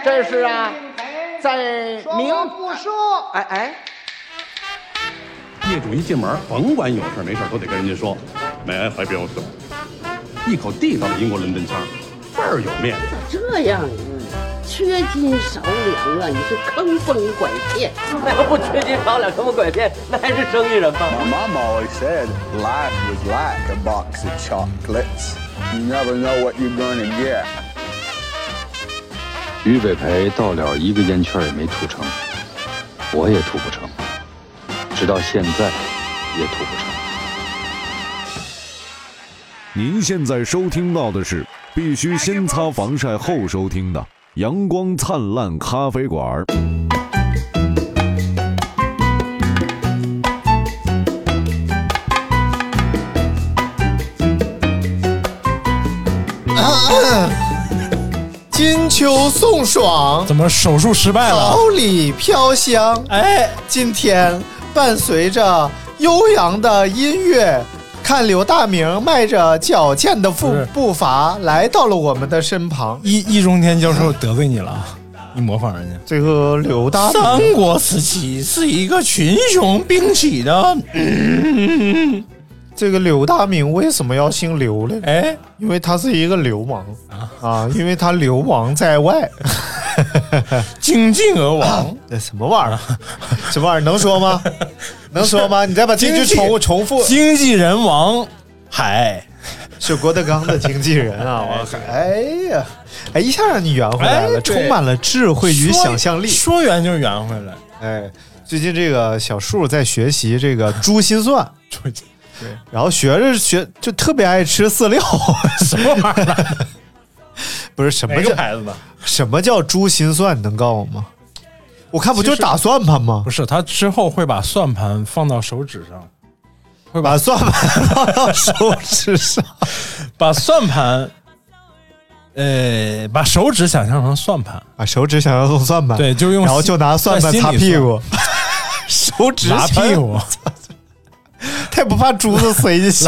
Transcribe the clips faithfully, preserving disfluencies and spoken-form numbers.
这是啊，在明不说， 哎哎， 业主一进门，甭管有事没事都得跟人家说，没安怀表示，一口地道的英国伦敦腔，倍儿有面。 咋这样啊？缺斤少两啊！你是坑蒙拐骗。 那要不缺斤少两、坑蒙拐骗，那还是生意人吗 My mom always said life was like a box of chocolates. You never know what you're gonna get. 于北培到了一个烟圈也没吐成，我也吐不成，直到现在也吐不成。 您现在收听到的是必须先擦防晒后收听的阳光灿烂咖啡馆。 金秋送爽， 怎么手术失败了？ 桃李飘香。哎，今天伴随着悠扬的音乐，看刘大明迈着矫健的步步伐来到了我们的身旁。 易易中天教授得罪你了，你模仿人家。 这个刘大明，三国时期是一个群雄并起的。嗯这个刘大明为什么要姓刘呢？哎，因为他是一个流氓啊啊！因为他流亡在外，精尽而亡。这、啊、什么玩意儿？什么玩意儿？能说吗？能说吗？你再把这句重重复。 经纪人王海是郭德纲的经纪人啊！王海，哎呀，哎，一下让你圆回来了，哎、充满了智慧与想象力。 说圆就圆回来。 哎，最近这个小树在学习这个珠心算。对，然后学着学就特别爱吃饲料， 什么玩意儿？ 不是什么叫牌子的？ 什么叫珠心算？能告诉我吗？我看不就是打算盘吗？ 不是，他之后会把算盘放到手指上， 会把算盘放到手指上， 把算盘，呃，把手指想象成算盘， 把手指想象成算盘， 对，就用， 然后就拿算盘擦屁股，手指擦屁股。 他也不怕珠子塞进去。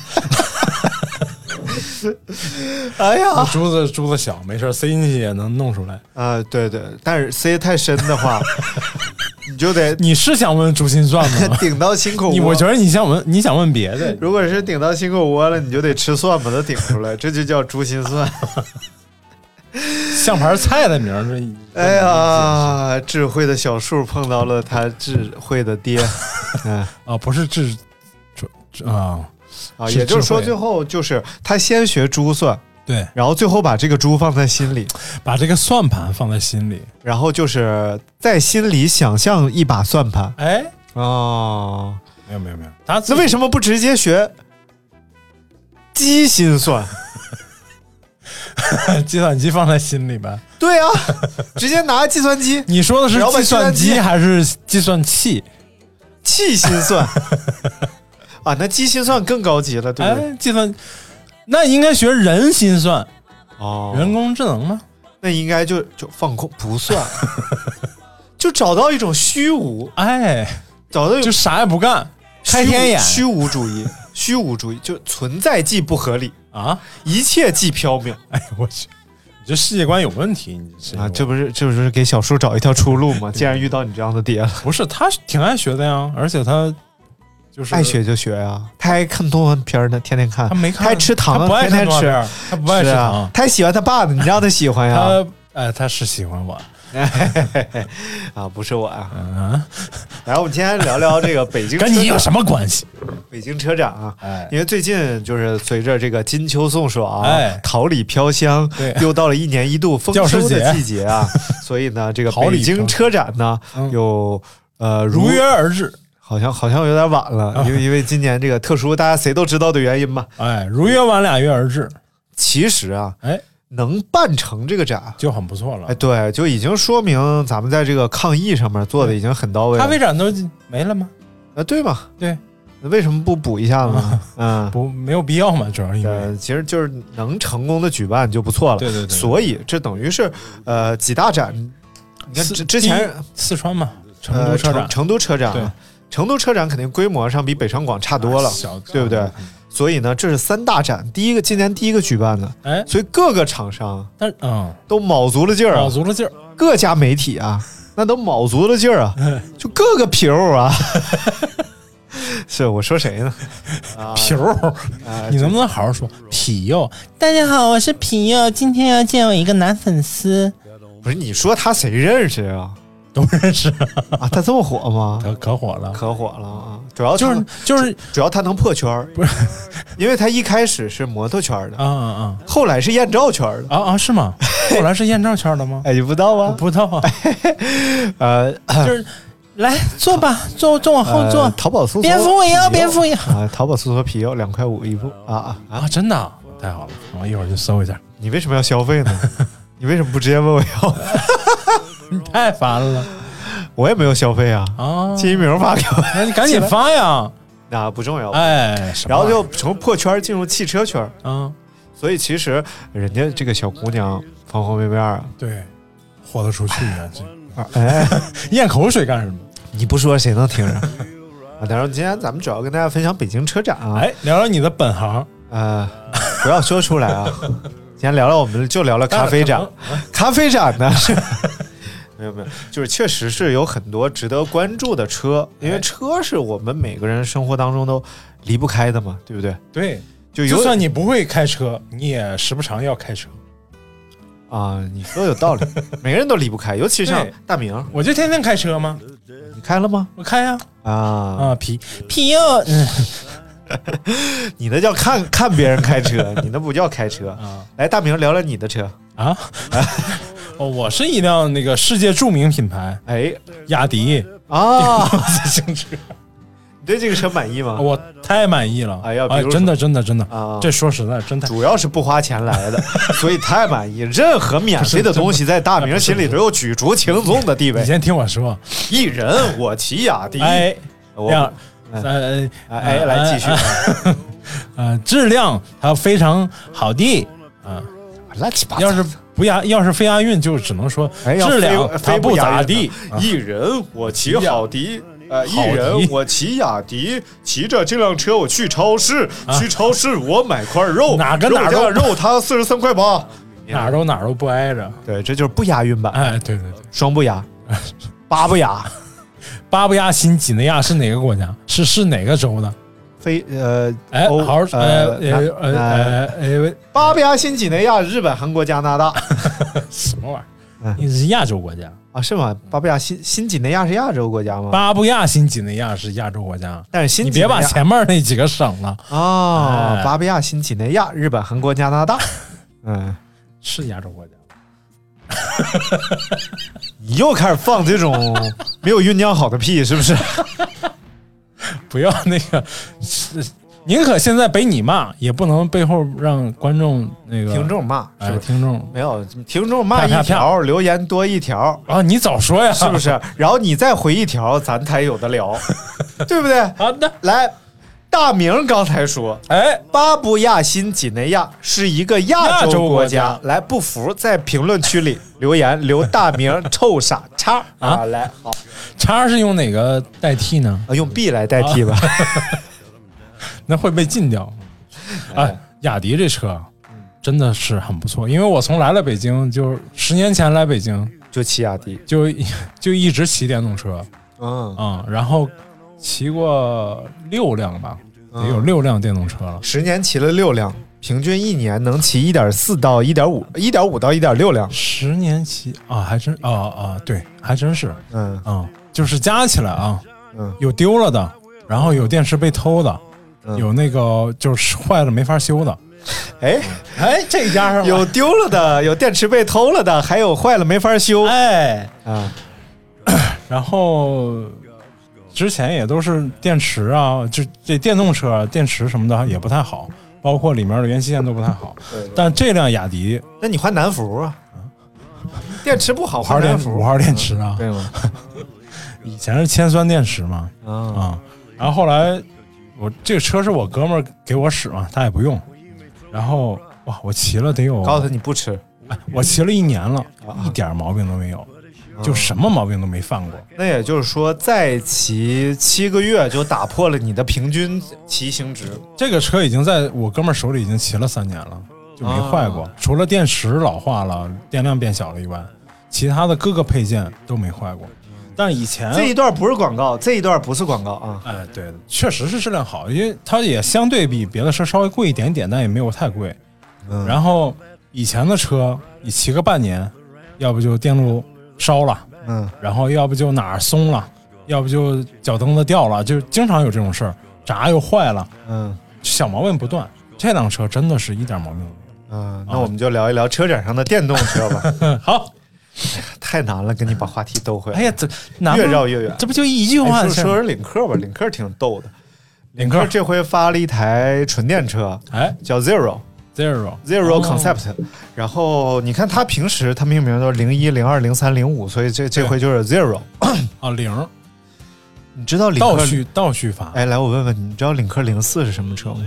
哎呀， 珠子珠子小，没事，塞进去也能弄出来。 啊、呃，对对，但是塞太深的话，你就得。 你是想问珠心算吗？ 顶到心口窝。 你我觉得你想问，你想问别的。 如果是顶到心口窝了，你就得吃蒜把它顶出来，这就叫珠心算。 象牌菜的名字。 哎呀，智慧的小树碰到了他智慧的爹。嗯啊，不是智啊啊，也就是说，最后就是他先学珠算， 对， 然后最后把这个珠放在心里， 把这个算盘放在心里， 然后就是在心里想象一把算盘。 哎， 哦， 没有没有没有，他那为什么不直接学机心算？ 计算机放在心里呗。 对啊，直接拿计算机。 你说的是计算机还是计算器？ 器心算啊，那机心算更高级了，对不对？ 哎、计算那应该学人心算哦， 人工智能吗？ 那应该就就放空不算，就找到一种虚无， 哎， 找到就啥也不干，开天眼， 虚无主义，虚无主义就存在即不合理啊， 一切即缥缈。 哎呦我去！你这世界观有问题，你啊，这不是这不是给小树找一条出路吗？既然遇到你这样的爹了， 不是他挺爱学的呀，而且他就是爱学就学呀，他还看动画片呢，天天看， 他没看， 他还吃糖， 他不爱天天吃， 他不爱吃糖， 啊、他还喜欢他爸呢，你让他喜欢呀？ 他哎，他是喜欢我。 啊，不是我啊！嗯，来，我们今天聊聊这个北京车展， 跟你有什么关系？ 北京车展啊，哎，因为最近就是随着这个金秋送爽， 哎， 桃李飘香， 对， 又到了一年一度丰收的季节啊，所以呢，这个北京车展呢，有呃如约而至， 好像好像有点晚了，因为因为今年这个特殊，大家谁都知道的原因嘛， 哎，如约晚俩月而至。 其实啊， 哎。 能办成这个展就很不错了， 哎，对，就已经说明咱们在这个抗疫上面做的已经很到位了。 咖啡展都没了吗？ 啊，对嘛， 对， 那为什么不补一下呢？嗯， 不，没有必要嘛，主要因为、 呃、其实就是能成功的举办就不错了。 对对 对, 对， 所以这等于是呃几大展，你看之之前四川嘛，成都车展， 呃、成, 成都车展、啊，成都车展肯定规模上比北上广差多了， 啊、 对不对？嗯，所以呢，这是三大展，第一个今年第一个举办的， 哎， 所以各个厂商， 但嗯， 都卯足了劲儿、啊， 卯足了劲儿， 各家媒体啊，那都卯足了劲儿啊，就各个皮友啊。是我说谁呢？ 皮友、啊，你能不能好好说？皮友，大家好，我是皮友，今天要见我一个男粉丝。 不是你说他谁认识啊？ 都认识啊，他这么火吗？ 可可火了， 可火了啊！主要就是就是主要他能破圈，不是？因为他一开始是模特圈的啊啊啊， 后来是艳照圈的啊啊是吗？后来是艳照圈的吗？ 哎，你不知道吗？ 我不知道啊。 呃， 就是来坐吧，坐坐往后坐。 呃、淘宝搜索蝙蝠尾腰，蝙蝠腰啊！淘宝搜索皮腰两块五一部啊啊啊！真的、啊、太好了，我一会儿就搜一下。 你为什么要消费呢？你为什么不直接问我要？ 你太烦了。 我也没有消费啊！啊，金一鸣发给我， 那你赶紧发呀！ 那不重要， 哎， 然后就从破圈进入汽车圈啊、嗯， 所以其实人家这个小姑娘方方面面啊， 对，豁得出去啊！这、 啊、哎， 咽口水干什么？ 你不说谁能听着？啊，当然今天咱们主要跟大家分享北京车展啊， 哎，聊聊你的本行， 呃，不要说出来啊。今天聊聊我们就聊聊咖啡展，咖啡展呢是。没有没有，就是确实是有很多值得关注的车，因为车是我们每个人生活当中都离不开的嘛，对不对？ 对， 就就算你不会开车，你也时不常要开车啊。你说的有道理，每个人都离不开，尤其像大明， 我就天天开车吗？ 你开了吗？ 我开呀、 啊。啊啊皮皮哟，嗯， 你那叫看看别人开车，你那不叫开车啊。来，大明聊聊你的车啊。哦，我是一辆那个世界著名品牌， 哎， 雅迪啊， 自行车。 你对这个车满意吗？ 我太满意了！ 哎呀， 哎，真的，真的，真的啊！ 这说实在，真的， 主要是不花钱来的，所以太满意。任何免费的东西，在大明心里都有举足轻重的地位。 你先听我说， 一人我骑雅迪， 哎， 我呃， 哎，来继续， 呃，质量它非常好的啊， 乱七八糟。 要是不押，要是非押韵，就只能说质量它不咋地。 一人我骑好迪。呃，一人我骑雅迪，骑着这辆车我去超市，啊、去超市我买块肉， 哪个哪肉肉它四十三块八， 哪都哪都不挨着。 对，这就是不押韵版。 哎，对对对， 双不押，八不押， 巴布亚新几内亚是哪个国家？是是哪个州的？ 非呃， 哎，好好呃呃呃呃， 巴布亚新几内亚、日本、韩国、加拿大， 什么玩意儿？那是亚洲国家啊？是吗？巴布亚新新几内亚是亚洲国家吗？ 巴布亚新几内亚是亚洲国家， 但是新你别把前面那几个省了啊！哎、巴布亚新几内亚、日本、韩国、加拿大，嗯， 是亚洲国家。 你又开始放这种没有酝酿好的屁，是不是？ 不要那个，宁可现在被你骂，也不能背后让观众那个听众骂， 哎，听众没有听众骂一条，留言多一条啊！你早说呀， 是不是？然后你再回一条，咱才有的聊，对不对？ 好的， 来。大明刚才说， 哎， 巴布亚新几内亚是一个亚洲国家。来，不服在评论区里留言，留大明臭傻叉啊！来，好， 叉是用哪个代替呢？ 啊，用 B 来代替吧， 啊、那会被禁掉。哎，雅迪这车真的是很不错，因为我从来了北京，就十年前来北京就骑雅迪， 就就一直骑电动车， 嗯嗯，然后。骑过六辆吧，得有六辆电动车了。 十年骑了六辆，平均一年能骑一点四到一点五，一点五到一点六辆。 十年骑啊，还真啊啊，对，还真是， 嗯嗯，就是加起来啊， 嗯， 有丢了的，然后有电池被偷的， 嗯、 有那个就是坏了没法修的。 哎哎，这加上有丢了的，有电池被偷了的，还有坏了没法修。 哎啊， 然后。之前也都是电池啊，就这电动车电池什么的也不太好，包括里面的元器件都不太好。 对对但这辆雅迪， 那你换南孚啊？电池不好换南孚， 五号电池啊？ 对吗？ 以前是铅酸电池嘛，啊、 嗯嗯，然后后来我这个车是我哥们儿给我使嘛，他也不用，然后哇，我骑了得有， 告诉他你不吃， 哎，我骑了一年了， 啊、 一点毛病都没有。就什么毛病都没犯过， 那也就是说，再骑七个月就打破了你的平均骑行值。 这个车已经在我哥们儿手里已经骑了三年了，就没坏过，啊、除了电池老化了、电量变小了以外， 其他的各个配件都没坏过。但是以前这一段不是广告，这一段不是广告啊。 哎，对，确实是质量好，因为它也相对比别的车稍微贵一点点，但也没有太贵。 嗯、 然后以前的车，你骑个半年，要不就电路烧了， 嗯， 然后要不就哪儿松了，要不就脚蹬子掉了，就经常有这种事儿，闸又坏了， 嗯， 小毛病不断。这辆车真的是一点毛病没有。 嗯，那我们就聊一聊车展上的电动车吧。 好。 哎呀，太难了，跟你把话题兜回来。 哎呀，这越绕越远。 这不就一句话？ 哎、说说领克吧，领克挺逗的。 领克这回发了一台纯电车， 哎， 叫 Zero Zero Zero Concept、哦。然后你看他平时他命名都是零一、零二、零三、零五，所以这这回就是 Zero 啊零。 你知道领克倒序倒序法？ 哎，来我问问你，你知道领克零四是什么车吗？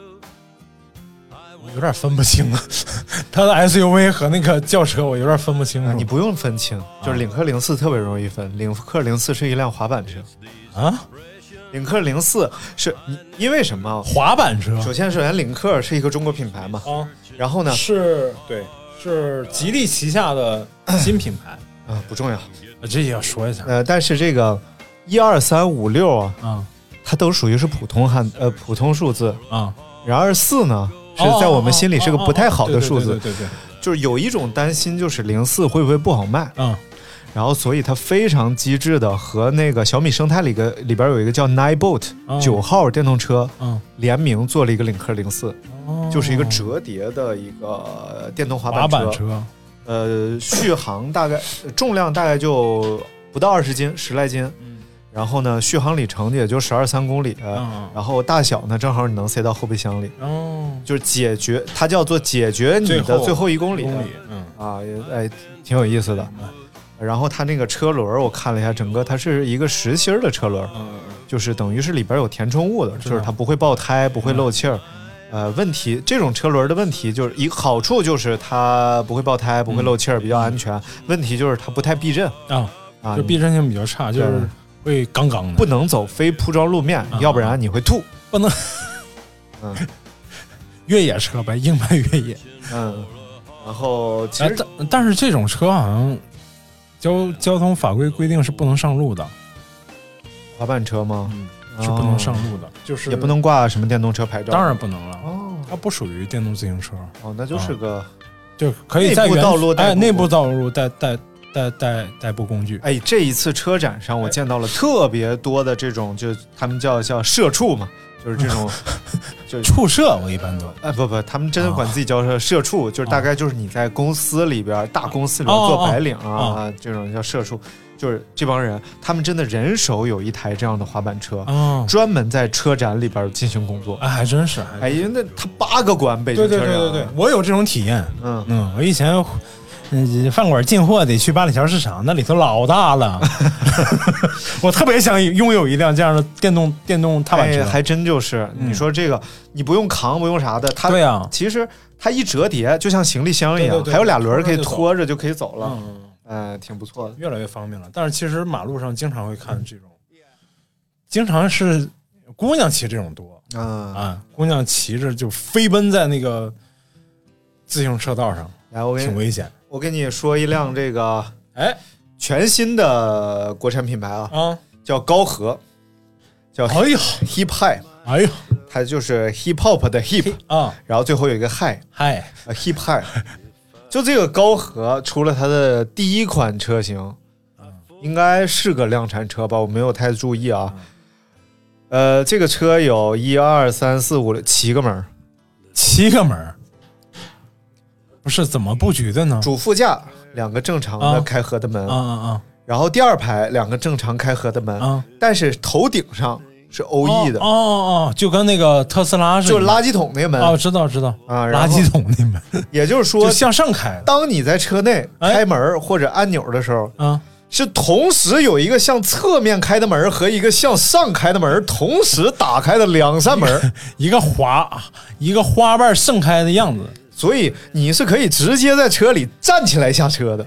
有点分不清了，它的 S U V 和那个轿车我有点分不清了、 啊。你不用分清，就是领克零四特别容易分。领克零四是一辆滑板车啊， 领克零四是因为什么？ 滑板车。 首先，首先领克是一个中国品牌嘛， 啊， 然后呢是对是吉利旗下的新品牌啊，不重要， 这也要说一下。 呃，但是这个一二三五六啊， 啊， 它都属于是普通汉呃普通数字啊， 然而四呢？是在我们心里是个不太好的数字， 对对对， 就是有一种担心，就是零四会不会不好卖， 嗯， 然后所以它非常机智的和那个小米生态里个里边有一个叫 Ninebot 九、嗯、号电动车， 嗯， 联名做了一个领克零四、哦，就是一个折叠的一个电动滑板车， 滑板车， 呃，续航大概重量大概就不到二十斤，十来斤。然后呢，续航里程也就十二三公里、嗯，然后大小呢，正好你能塞到后备箱里， 哦， 就是解决它叫做解决你的最后一公里， 公里嗯啊，哎，挺有意思的。嗯、然后它那个车轮，我看了一下，整个它是一个实心的车轮， 嗯， 就是等于是里边有填充物的，就是它不会爆胎，不会漏气儿。嗯、呃，问题这种车轮的问题就是一好处就是它不会爆胎，不会漏气儿，比较安全。问题就是它不太避震啊，啊，就避震性比较差，就是。会杠杠的， 不能走非铺装路面、嗯，要不然你会吐。 不能， 嗯， 越野车呗，硬派越野。 嗯，然后其实、 呃、但但是这种车好像交交通法规规定是不能上路的。 滑板车吗？ 嗯，是不能上路的，哦、就是也不能挂什么电动车牌照。 当然不能了。哦，它不属于电动自行车。 哦，那就是个、 啊、就可以在内部道路哎内部道路带带。代代代步工具， 哎，这一次车展上我见到了特别多的这种，就他们叫叫社畜嘛，就是这种，就畜社，我一般都， 哎不不，他们真的管自己叫社畜，哦、就是大概就是你在公司里边、哦、大公司里边做白领啊、哦哦、这种叫社畜，就是这帮人，他们真的人手有一台这样的滑板车， 哦、 专门在车展里边进行工作， 哎，还真是， 哎，因为那他八个关北京车展， 对对对对对，我有这种体验， 嗯嗯，我以前。嗯，饭馆进货得去八里桥市场，那里头老大了。我特别想拥有一辆这样的电动电动踏板车、 哎，还真就是。嗯、你说这个，你不用扛，不用啥的，它对啊， 其实它一折叠就像行李箱一样， 对对对， 还有俩轮可以拖着就可以走了。 嗯， 哎，挺不错的， 越来越方便了。但是其实马路上经常会看这种，经常是姑娘骑这种多。 嗯啊，姑娘骑着就飞奔在那个自行车道上， 来，我挺危险。 我跟你说一辆这个哎全新的国产品牌啊， 啊叫高和，叫哎呀 Hip High， 哎呀， 它就是 Hip Hop 的 Hip 啊， 然后最后有一个 High High Hip High， 就这个高和出了它的第一款车型，应该是个量产车吧，我没有太注意啊。呃，这个车有一二三四五六七个门， 七个门。不是怎么布局的呢？ 主副驾两个正常的开合的门， 啊啊啊！ 然后第二排两个正常开合的门， 啊， 但是头顶上是 O E 的， 哦哦，就跟那个特斯拉似的， 就是垃圾桶那个门， 哦，知道知道啊， 垃圾桶那门， 也就是说就向上开。 当你在车内开门或者按钮的时候， 啊， 是同时有一个向侧面开的门和一个向上开的门同时打开的两扇门， 一个花一个花瓣盛开的样子。 所以你是可以直接在车里站起来下车的，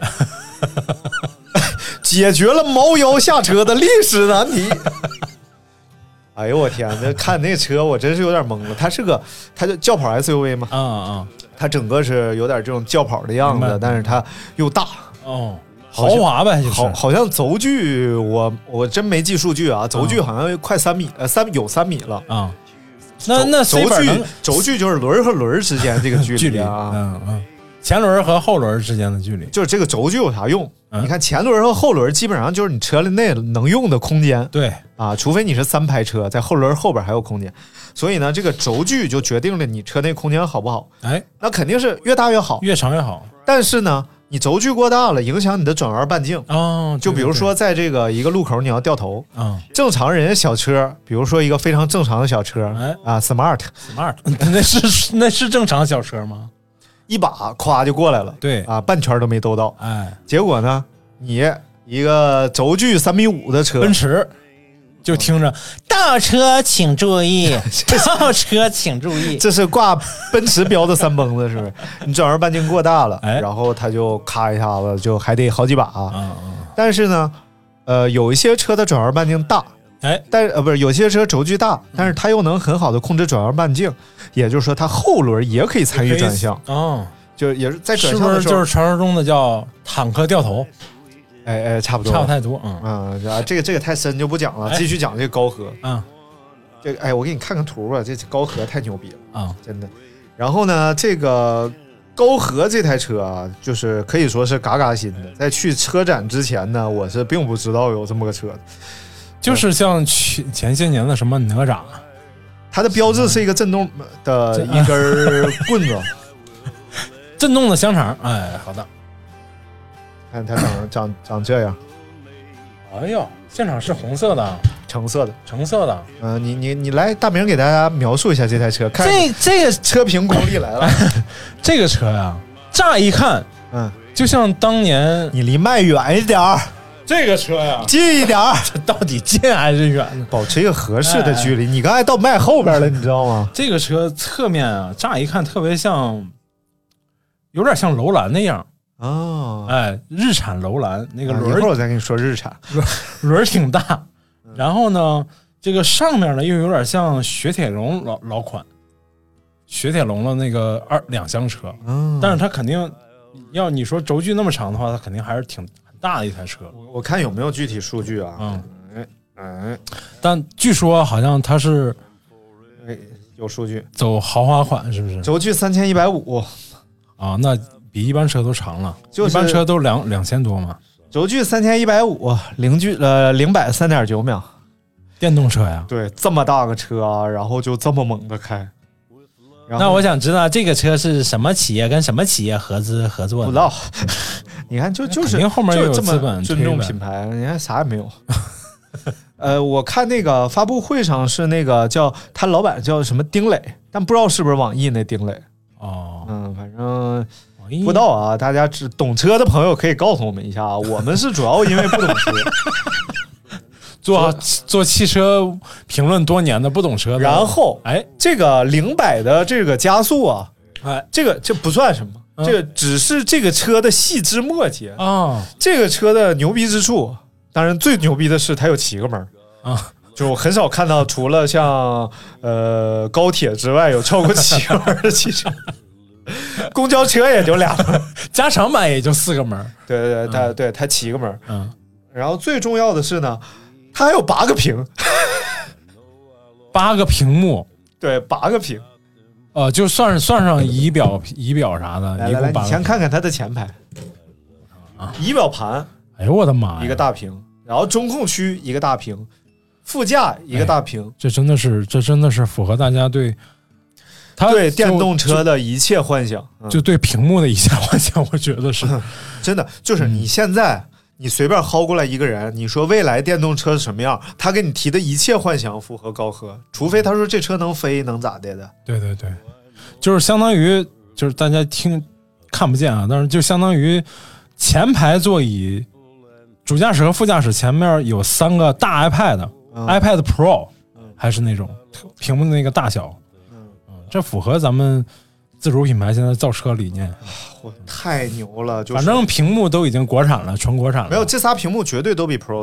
解决了猫腰下车的历史难题。哎呦我天，这看那车我真是有点懵了。它是个，它就轿跑 S U V 嘛， 啊啊， 它整个是有点这种轿跑的样子，但是它又大哦， 豪华呗，就是好，好像轴距我我真没记数据啊，轴距好像快三米，呃，三有三米了啊。那那轴距轴距就是轮和轮之间这个距离距离啊， 嗯嗯，前轮和后轮之间的距离， 就是这个轴距有啥用？嗯、你看前轮和后轮基本上就是你车内能用的空间， 对啊，除非你是三排车，在后轮后边还有空间，所以呢，这个轴距就决定了你车内空间好不好。 哎， 那肯定是越大越好， 越长越好。 但是呢，你轴距过大了，影响你的转弯半径哦。 就比如说，在这个一个路口你要掉头啊、嗯， 正常人家小车，比如说一个非常正常的小车，哎啊 ，smart smart， 那是那是正常小车吗？ 一把咵就过来了， 对啊，半圈都没兜到， 哎， 结果呢，你一个轴距三米五的车， 奔驰。就听着倒车请注意，倒车请注意， 这是挂奔驰标的三蹦子，是不是？你转弯半径过大了，哎、然后它就咔一下子就还得好几把。嗯嗯。但是呢，呃，有一些车的转弯半径大， 哎， 但呃不是有些车轴距大，但是它又能很好的控制转弯半径，也就是说它后轮也可以参与转向。 哦， 就也是在转向的时候， 是不是就是传说中的叫坦克掉头？ 哎哎，差不多， 差不太多，嗯嗯，这个这个太深就不讲了，继续讲这个高和， 嗯， 这个哎，我给你看看图吧，这高和太牛逼了啊、嗯， 真的。然后呢，这个高和这台车啊，就是可以说是嘎嘎新的。在去车展之前呢，我是并不知道有这么个车的， 就是像去前些年的什么哪吒， 它的标志是一个震动的一根棍子， 震动的香肠，哎，好的。 看它长长长这样， 哎呦，现场是红色的， 橙色的， 橙色的。 嗯、呃，你你你来，大明给大家描述一下这台车。看这这个车评功力来了， 这个车呀，乍一看， 嗯， 就像当年你离麦远一点儿， 这个车呀近一点儿， 这到底近还是远呢？ 保持一个合适的距离。哎、你刚才到麦后边了，你知道吗？ 这个车侧面啊，乍一看特别像，有点像楼兰那样。 哦， 哎，日产楼兰那个轮、 啊，一会儿我再跟你说日产轮轮挺大，然后呢，这个上面呢又有点像雪铁龙老老款，雪铁龙的那个二两厢车，嗯，但是它肯定要你说轴距那么长的话，它肯定还是挺很大的一台车。 我我看有没有具体数据啊？ 嗯嗯嗯， 但据说好像它是， 哎，有数据， 走豪华款是不是？ 轴距三千一百五啊，那。比一般车都长了， 就是、 一般车都两两千多嘛。 轴距三千一百五，零距呃零百三点九秒， 电动车呀。 对，这么大个车啊，然后就这么猛的开。 那我想知道这个车是什么企业跟什么企业合资合作的？ 不知道。你看，就就是肯定后面有资本尊重品牌，你看啥也没有。呃，我看那个发布会上是那个叫他老板叫什么丁磊，但不知道是不是网易那丁磊。 哦， 嗯，反正。不知道啊，大家只懂车的朋友可以告诉我们一下啊。我们是主要因为不懂车， 做做汽车评论多年的不懂车的。 然后，哎，这个零百的这个加速啊， 哎， 这个这不算什么， 嗯、 这个只是这个车的细枝末节啊、哦。 这个车的牛逼之处，当然最牛逼的是它有七个门啊。 就我很少看到除了像呃高铁之外有超过七个门的汽车。公交车也就俩门， 加长版也就四个门。 对对对，它、嗯、对它七个门。 嗯， 然后最重要的是呢，它还有八个屏， 八个屏幕。 对，八个屏。 呃，就算是算上仪表、仪表啥的， 来来来，你先看看它的前排啊，仪表盘。 哎呦我的妈呀！ 一个大屏，然后中控区一个大屏，副驾一个大屏。 哎、这真的是，这真的是符合大家对。 他对电动车的一切幻想， 就, 就对屏幕的一切幻想，我觉得是、 嗯、真的。就是你现在、嗯、你随便薅过来一个人，你说未来电动车是什么样，他给你提的一切幻想符合高和，除非他说这车能飞能咋的的。 对对对，就是相当于就是大家听看不见啊，但是就相当于前排座椅，主驾驶和副驾驶前面有三个大 iPad、嗯、iPad Pro、嗯、还是那种屏幕的那个大小。这符合咱们自主品牌现在造车理念， 我太牛了！就是、 反正屏幕都已经国产了，纯国产了。 没有这仨屏幕绝对都比 Pro 大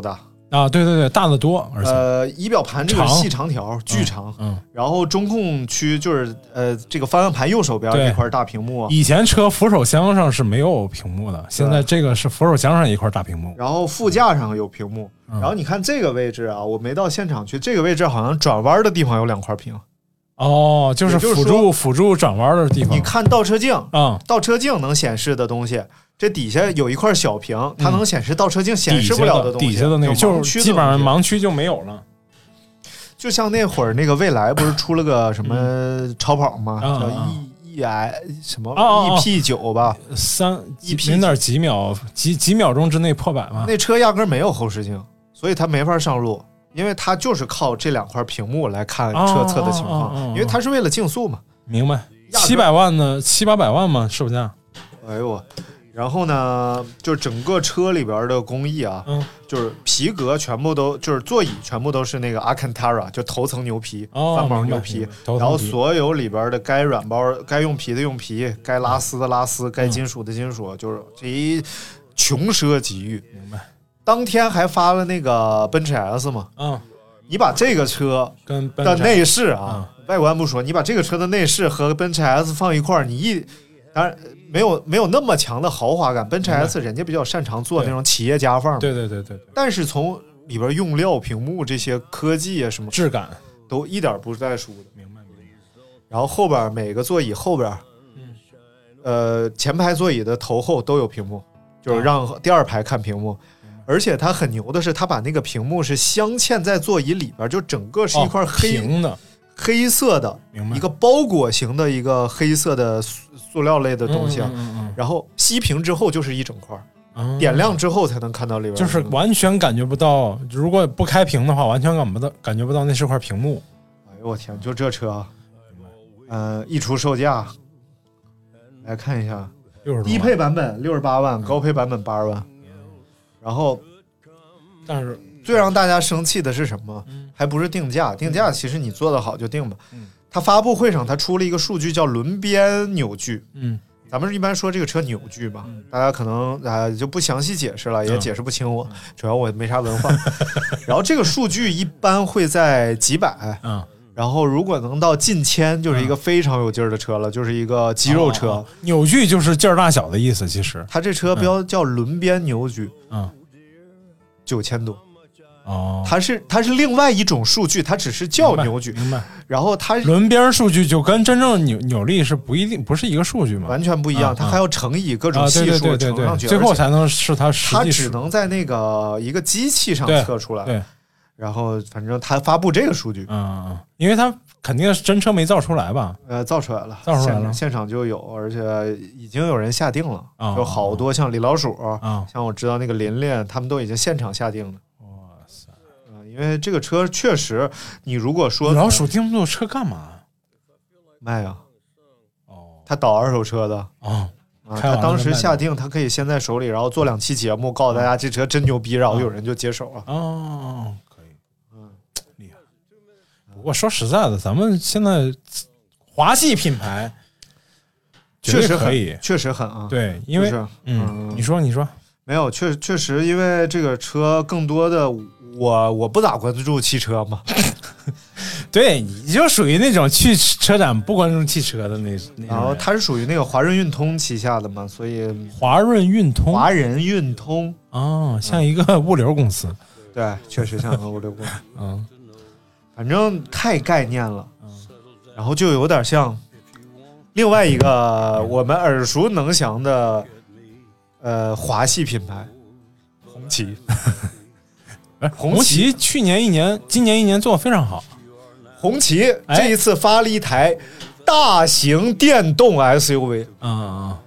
啊，对对对，大的多，而且呃，仪表盘这个细长条巨长， 嗯，嗯然后中控区就是呃这个方向盘右手边这块大屏幕。 以前车扶手箱上是没有屏幕的，现在这个是扶手箱上一块大屏幕。 然后副驾上有屏幕， 嗯、 然后你看这个位置啊，我没到现场去，这个位置好像转弯的地方有两块屏。 哦，就是辅助辅助转弯的地方。 你看倒车镜啊、 嗯， 倒车镜能显示的东西，这底下有一块小屏，它能显示倒车镜显示不了的东西。 底下的那个就是基本上盲区就没有了。 就像那会儿那个蔚来不是出了个什么超跑吗？ 嗯、 叫 E E I 什么 E P 九吧， 三零点几秒几几秒钟之内破百吗？ 那车压根没有后视镜，所以它没法上路。因为它就是靠这两块屏幕来看车侧的情况，哦哦哦哦、因为它是为了竞速嘛。 明白。七百万的七八百万嘛，售价。 哎呦，然后呢，就整个车里边的工艺啊， 嗯， 就是皮革全部都就是座椅全部都是那个 Alcantara， 就头层牛皮， 哦、 翻毛牛皮，然后所有里边的该软包、该用皮的用皮，该拉丝的拉丝，该金属的金属，嗯、就是这一穷奢极欲。 明白。 当天还发了那个奔驰 S 嘛， 嗯， 你把这个车的内饰啊， 嗯、 外观不说，你把这个车的内饰和奔驰 S 放一块儿，你一当然没有没有那么强的豪华感，奔驰 S 人家比较擅长做那种企业家范， 对对对 对, 对。 但是从里边用料、屏幕这些科技啊什么质感都一点不带输的， 明白明白。 然后后边每个座椅后边， 嗯， 呃，前排座椅的头后都有屏幕，就是让第二排看屏幕。而且它很牛的是，它把那个屏幕是镶嵌在座椅里边，就整个是一块黑、 哦、的黑色的一个包裹型的一个黑色的塑料类的东西啊。 嗯嗯嗯嗯、 然后熄屏之后就是一整块，嗯、点亮之后才能看到里边， 就是完全感觉不到。如果不开屏的话，完全感不到，感觉不到那是块屏幕。 哎呦我天，就这车，嗯、呃，一出售价，来看一下，低配版本六十八万，高配版本八十万。然后， 但是最让大家生气的是什么？ 嗯、 还不是定价，定价其实你做得好就定吧。 嗯， 他发布会上他出了一个数据叫轮边扭矩。 嗯， 咱们一般说这个车扭矩吧， 嗯、 大家可能啊、呃、就不详细解释了，也解释不清我， 嗯、 主要我没啥文化。然后这个数据一般会在几百。 嗯。 然后如果能到近千，就是一个非常有劲儿的车了，嗯、就是一个肌肉车。 哦、扭矩就是劲儿大小的意思，其实。 它这车标叫轮边扭矩， 嗯， 九千多。 哦， 它是它是另外一种数据，它只是叫扭矩。 明白。 然后它轮边数据就跟真正扭扭力是不一定不是一个数据嘛， 完全不一样。 嗯、 它还要乘以各种系数乘上去， 最后才能是它实际。 它只能在那个一个机器上测出来。 对。对然后反正他发布这个数据， 嗯，因为他肯定是真车没造出来吧？ 呃，造出来了， 造出来了， 现, 现场就有，而且已经有人下定了， 哦、 有好多像李老鼠， 哦、 像我知道那个琳琳，他们都已经现场下定了。 哇塞！ 嗯、呃，因为这个车确实，你如果说李老鼠订这车干嘛？ 卖啊！ 哦， 他倒二手车的哦。 啊，他当时下定，他可以先在手里，然后做两期节目，告诉大家这车真牛逼，然后有人就接手了。 哦，可以，嗯，厉害。不过说实在的，咱们现在华系品牌确实可以， 确实很啊。 对，因为、 就是、 嗯，你说你说没有，确确实，因为这个车更多的我我不咋关注汽车嘛。 对，你就属于那种去车展不关注汽车的那那。 然后它是属于那个华润运通旗下的嘛，所以华润运通， 华人运通哦，像一个物流公司。 嗯、对，确实像个物流公司。 嗯， 反正太概念了。嗯，然后就有点像另外一个我们耳熟能详的呃华系品牌，红旗。 红旗去年一年，今年一年做得非常好。 红旗这一次发了一台大型电动 S U V， 嗯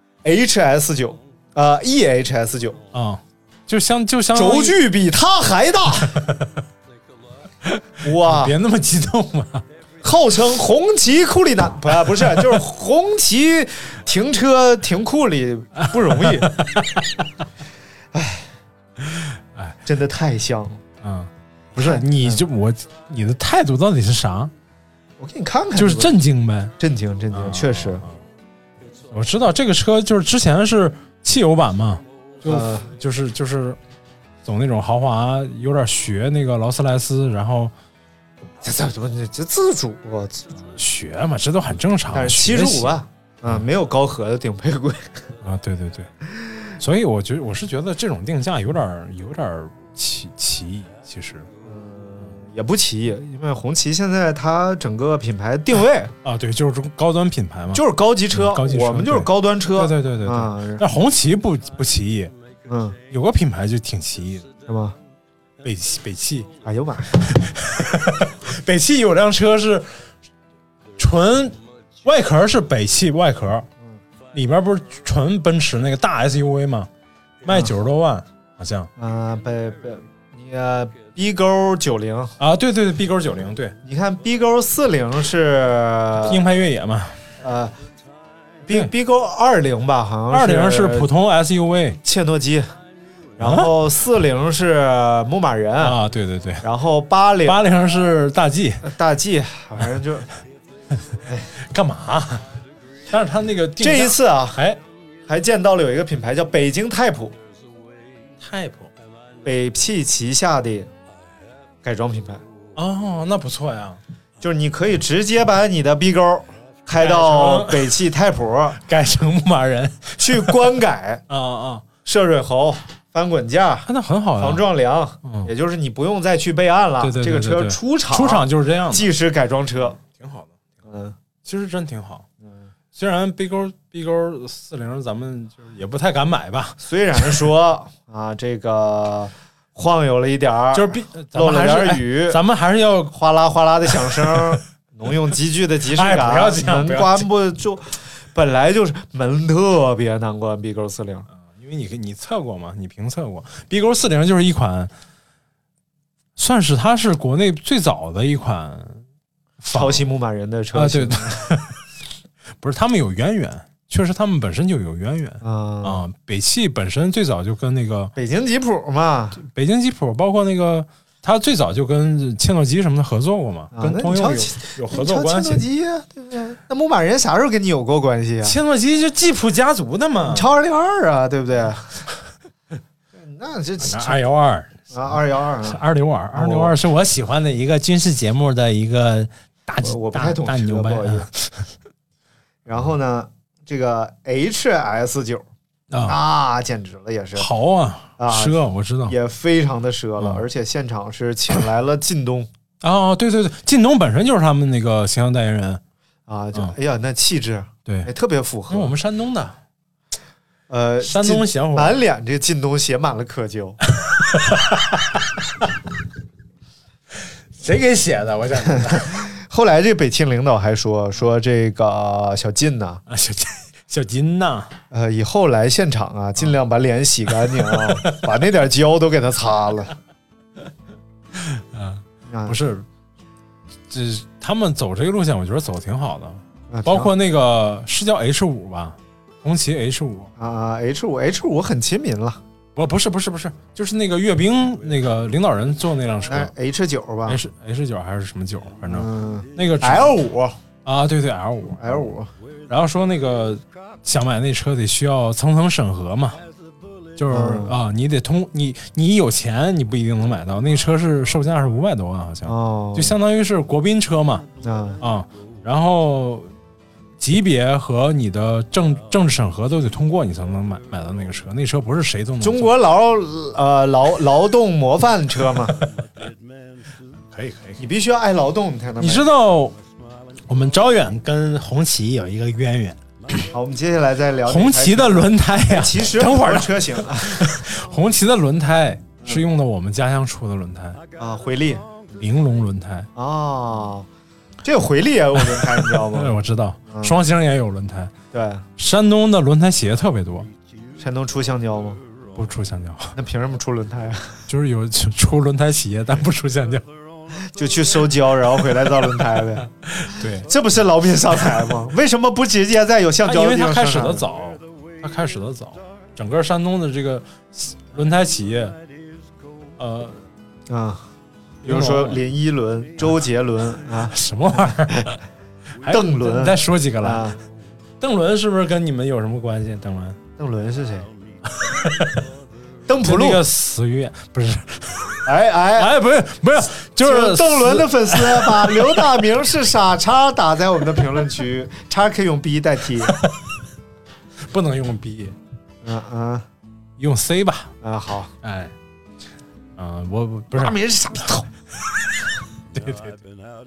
，H S 九，呃 ，E H S 九， 啊，就相就相轴距比它还大，哇！ 别那么激动嘛！ 号称红旗库里南，不不是，就是红旗停车停库里不容易，哎哎，真的太像了， 嗯。不是，你就我你的态度到底是啥？ 我给你看看， 就是震惊呗， 震惊震惊，确实。 我知道这个车就是之前是汽油版嘛，就、呃、就是就是走那种豪华，有点学那个劳斯莱斯，然后这这怎么这自主啊？自主学嘛，这都很正常。 但是七十五万，嗯，没有高和的顶配贵啊。对对对，所以我觉得我是觉得这种定价有点有点奇奇异，其实。 也不奇异，因为红旗现在它整个品牌定位啊，对，就是高端品牌嘛， 就是高级车， 嗯、高级车我们就是高端车， 对对对对对。啊、但红旗不不奇异， 嗯， 有个品牌就挺奇异的， 是吗？ 北北汽， 哎呦妈！ 北汽有辆车是纯外壳是北汽外壳，嗯、里边不是纯奔驰那个大 S U V 吗？卖九十多万，嗯、好像。 啊，北北你。呃 B 勾九零啊，对对对 ，B 勾九零，对， 你看 B 勾四零是硬派越野嘛， 呃 ，B B 勾二零吧，好像二零是普通 S U V 切诺基，然后四零是牧马人啊，对对对， 然后八零八零是大 G 大 G， 反正就， 哎，干嘛？但是他那个这一次啊， 哎， 还见到了有一个品牌叫北京泰普， 泰普， 北汽旗下的。改装品牌哦，那不错呀， 就是你可以直接把你的 B 勾开到北汽泰普， 改成牧马人去官改啊啊， 涉水喉、翻滚架， 那很好呀， 防撞梁， 嗯、 也就是你不用再去备案了， 对对对对对这个车出厂出厂就是这样的， 即时改装车， 挺好的， 嗯， 其实真挺好，嗯，虽然 B 勾 B 勾四零咱们就是也不太敢买吧， 虽然说啊这个。晃悠了一点儿， 就是比漏了点雨， 咱们还是要哗啦哗啦的响声，农用机具的即视感， 哎、不要这样门关不住，本来就是门特别难关。B 勾四零， 因为你你测过嘛，你评测过 B 勾四零就是一款，算是它是国内最早的一款抄袭牧马人的车型，啊、对，不是他们有渊源。确实，他们本身就有渊源啊、 嗯呃！北汽本身最早就跟那个北京吉普嘛， 北京吉普，包括那个他最早就跟切诺基什么的合作过嘛， 啊、 跟通用有有合作关系。 切诺基啊，对不对？那牧马人啥时候跟你有过关系啊？ 切诺基就吉普家族的嘛， 超二零二啊，对不对？那这二幺二啊，二幺二， 二六二，二六二是我喜欢的一个军事节目的一个大我我不太懂大牛掰。 然后呢？这个 H S 九啊，简直了，也是豪啊， 啊奢，我知道， 也非常的奢了， 嗯、 而且现场是请来了靳东哦，对对对，靳东本身就是他们那个形象代言人啊，就、嗯、哎呀，那气质对、 哎，特别符合。 我们山东的， 呃， 山东小伙， 满脸这靳东写满了可胶， 谁给写的？我想知道。 后来这北汽领导还说说这个小靳呐， 啊小靳小金呐， 呃，以后来现场啊，尽量把脸洗干净啊，把那点胶都给他擦了。 啊，啊不是，这他们走这个路线，我觉得走的挺好的，啊、包括那个是叫 H 五吧，红旗 H 五啊 ，H 五 H 五很亲民了。 不不是不是不是，就是那个阅兵那个领导人坐那辆车 H 九吧 ，H H 九还是什么九，反正、 嗯、 那个 L 五啊，对对 L 五 L 五， 然后说那个想买那车得需要层层审核嘛，就是、嗯、啊，你得通你你有钱你不一定能买到，那车是售价是五百多万好像， 哦， 就相当于是国宾车嘛， 啊啊，然后。级别和你的政政治审核都得通过，你才能买买到那个车。那车不是谁都能。 中国劳呃劳劳动模范车吗？ 可以可以， 你必须要爱劳动才能。 你知道我们招远跟红旗有一个渊源。 好，我们接下来再聊红旗的轮胎呀、啊。 其实等会儿车型， 红旗的轮胎是用的我们家乡出的轮胎啊，回力玲珑轮胎啊。哦这个回力也有轮胎，你知道吗？ 对，我知道，嗯、双星也有轮胎。 对， 山东的轮胎企业特别多。 山东出橡胶吗？ 不出橡胶。 那凭什么出轮胎啊？ 就是有出轮胎企业，但不出橡胶， 就去收胶，然后回来造轮胎呗。 对， 这不是劳民伤财吗？为什么不直接在有橡胶的地方？ 因为它开始的早，它开始的早。整个山东的这个轮胎企业，呃， 啊。比如说林依轮、周杰伦啊， 什么玩意儿？ 邓伦， 你再说几个了？ 啊、 邓伦是不是跟你们有什么关系？邓伦， 邓伦是谁？ 邓普路那个死鱼眼不是， 哎哎哎，不是不是，就是邓伦的粉丝把刘大明是傻叉打在我们的评论区，叉可以用 B 代替， 不能用 B， 嗯嗯， 用 C 吧。 啊好， 哎，嗯，我不是大明是傻逼头。 对对对，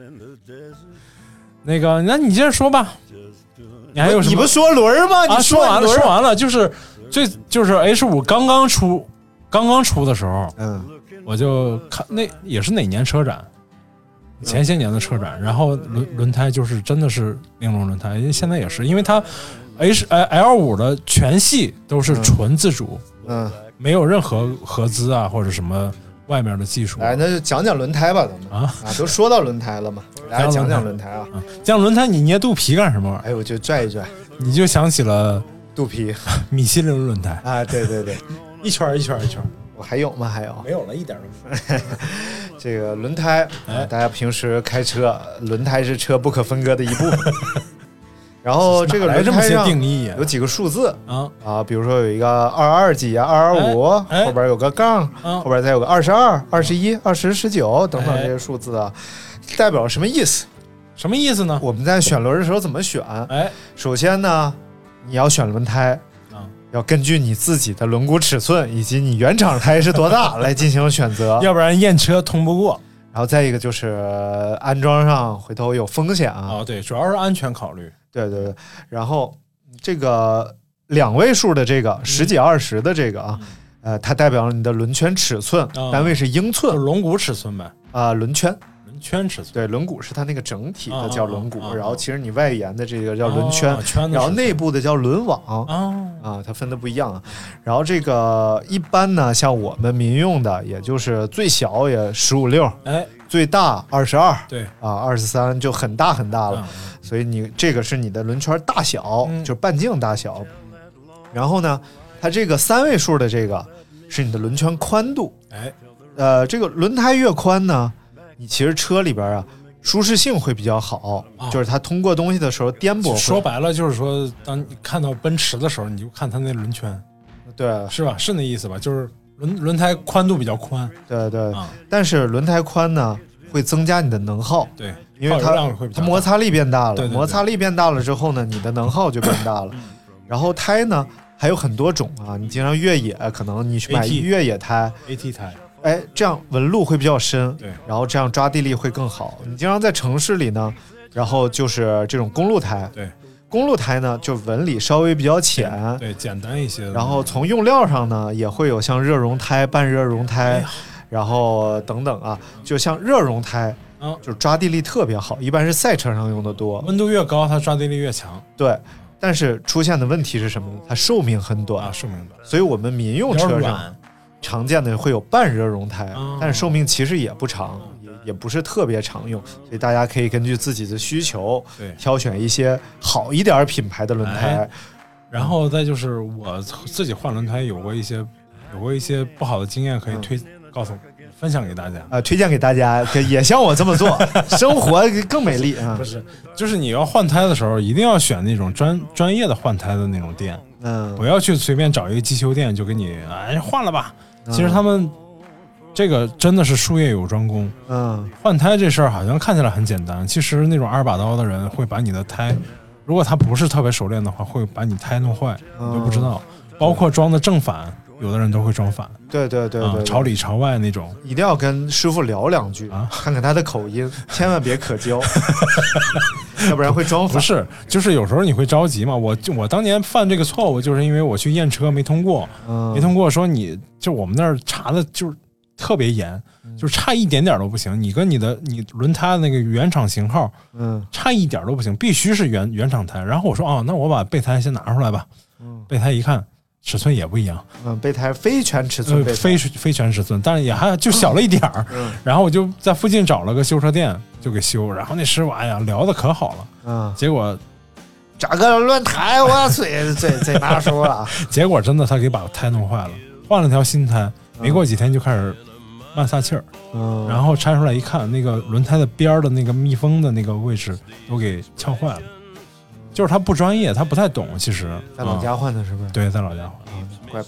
那个，那你接着说吧。你还有什么？ 你不说轮吗？ 啊， 你说完了， 轮说完了，就是最就是 H 五刚刚出，刚刚出的时候， 嗯， 我就看那也是哪年车展，前些年的车展，然后轮轮胎就是真的是玲珑轮胎，因为现在也是，因为它 H L 五的全系都是纯自主， 嗯， 没有任何合资啊或者什么外面的技术。 来，那就讲讲轮胎吧，咱们啊啊，都说到轮胎了嘛，来讲讲轮胎啊。 讲轮胎，你捏肚皮干什么玩意儿？ 哎，我就拽一拽， 你就想起了肚皮， 米其林轮胎啊，对对对， 一圈一圈一圈。 我还有吗？还有没有了，一点都没有。 这个轮胎，哎，大家平时开车，轮胎是车不可分割的一部分。然后这个轮胎上有几个数字啊啊，比如说有一个二二几啊，二二五，后边有个杠，后边再有个二十二、二十一、二十、十九等等这些数字啊，代表什么意思？ 什么意思呢？ 我们在选轮的时候怎么选？ 哎， 首先呢，你要选轮胎，要根据你自己的轮毂尺寸以及你原厂胎是多大来进行选择， 要不然验车通不过。 然后再一个就是安装上回头有风险啊。 哦，对，主要是安全考虑。 对对对，然后这个两位数的这个十几二十的这个啊，嗯、呃，它代表了你的轮圈尺寸，嗯、单位是英寸， 就轮毂尺寸呗。 啊、呃，轮圈。 轮圈尺寸， 对，轮毂是它那个整体的叫轮毂， 啊啊啊、 然后其实你外延的这个叫轮圈， 啊、圈然后内部的叫轮网啊啊，它分的不一样。然后这个一般呢，像我们民用的，也就是最小也十五六， 哎， 最大二十二， 对啊，二十三就很大很大了。嗯、所以你这个是你的轮圈大小，嗯、就是半径大小。然后呢，它这个三位数的这个是你的轮圈宽度， 哎， 呃，这个轮胎越宽呢。你其实车里边啊，舒适性会比较好，哦、就是它通过东西的时候颠簸。 说白了就是说，当你看到奔驰的时候，你就看它那轮圈， 对， 是吧？是那意思吧？就是轮轮胎宽度比较宽， 对对。啊、但是轮胎宽呢，会增加你的能耗， 对， 因为它它摩擦力变大了， 对对对， 摩擦力变大了之后呢，你的能耗就变大了。然后胎呢还有很多种啊，你经常越野，可能你去买越野胎 ，A T 胎。 哎，这样纹路会比较深， 对， 然后这样抓地力会更好。你经常在城市里呢，然后就是这种公路胎， 对， 公路胎呢就纹理稍微比较浅， 对，简单一些。 然后从用料上呢，也会有像热熔胎、半热熔胎，哎、然后等等啊，就像热熔胎，嗯，就是抓地力特别好，一般是赛车上用的多。 温度越高，它抓地力越强。 对。但是出现的问题是什么呢？它寿命很短， 啊，寿命短， 所以我们民用车上常见的会有半热熔胎，哦、但是寿命其实也不长，也也不是特别常用，所以大家可以根据自己的需求，挑选一些好一点品牌的轮胎。 哎、然后再就是我自己换轮胎有过一些有过一些不好的经验，可以推、嗯、告诉分享给大家啊、 呃，推荐给大家，也像我这么做，生活更美丽啊！ 不是，就是你要换胎的时候，一定要选那种专专业的换胎的那种店， 嗯， 不要去随便找一个机修店就给你哎换了吧。其实他们这个真的是术业有专攻， 嗯， 换胎这事儿好像看起来很简单，其实那种二把刀的人会把你的胎，如果他不是特别熟练的话，会把你胎弄坏， 嗯、 你都不知道。包括装的正反，有的人都会装反， 对对对 对, 对、 嗯，朝里朝外那种， 一定要跟师傅聊两句啊，看看他的口音，千万别可交，要不然会装反。 不是，就是有时候你会着急嘛。我就我当年犯这个错误，就是因为我去验车没通过， 嗯、 没通过，说你就我们那儿查的就是特别严，嗯、就是差一点点都不行。你跟你的你轮胎的那个原厂型号， 嗯， 差一点都不行，必须是原原厂胎。然后我说哦，那我把备胎先拿出来吧。 嗯， 备胎一看。尺寸也不一样， 嗯，备胎非全尺寸备胎， 呃，非非全尺寸，但是也还就小了一点儿。 嗯， 然后我就在附近找了个修车店，就给修。然后那师傅哎呀聊得可好了， 嗯， 结果找个轮胎我嘴嘴嘴巴说了， 结果真的他给把胎弄坏了，换了条新胎，没过几天就开始慢撒气儿， 嗯， 然后拆出来一看，那个轮胎的边的那个密封的那个位置都给撬坏了。就是他不专业，他不太懂。其实在老家换的是不是？ 对，在老家换。 嗯，怪不得。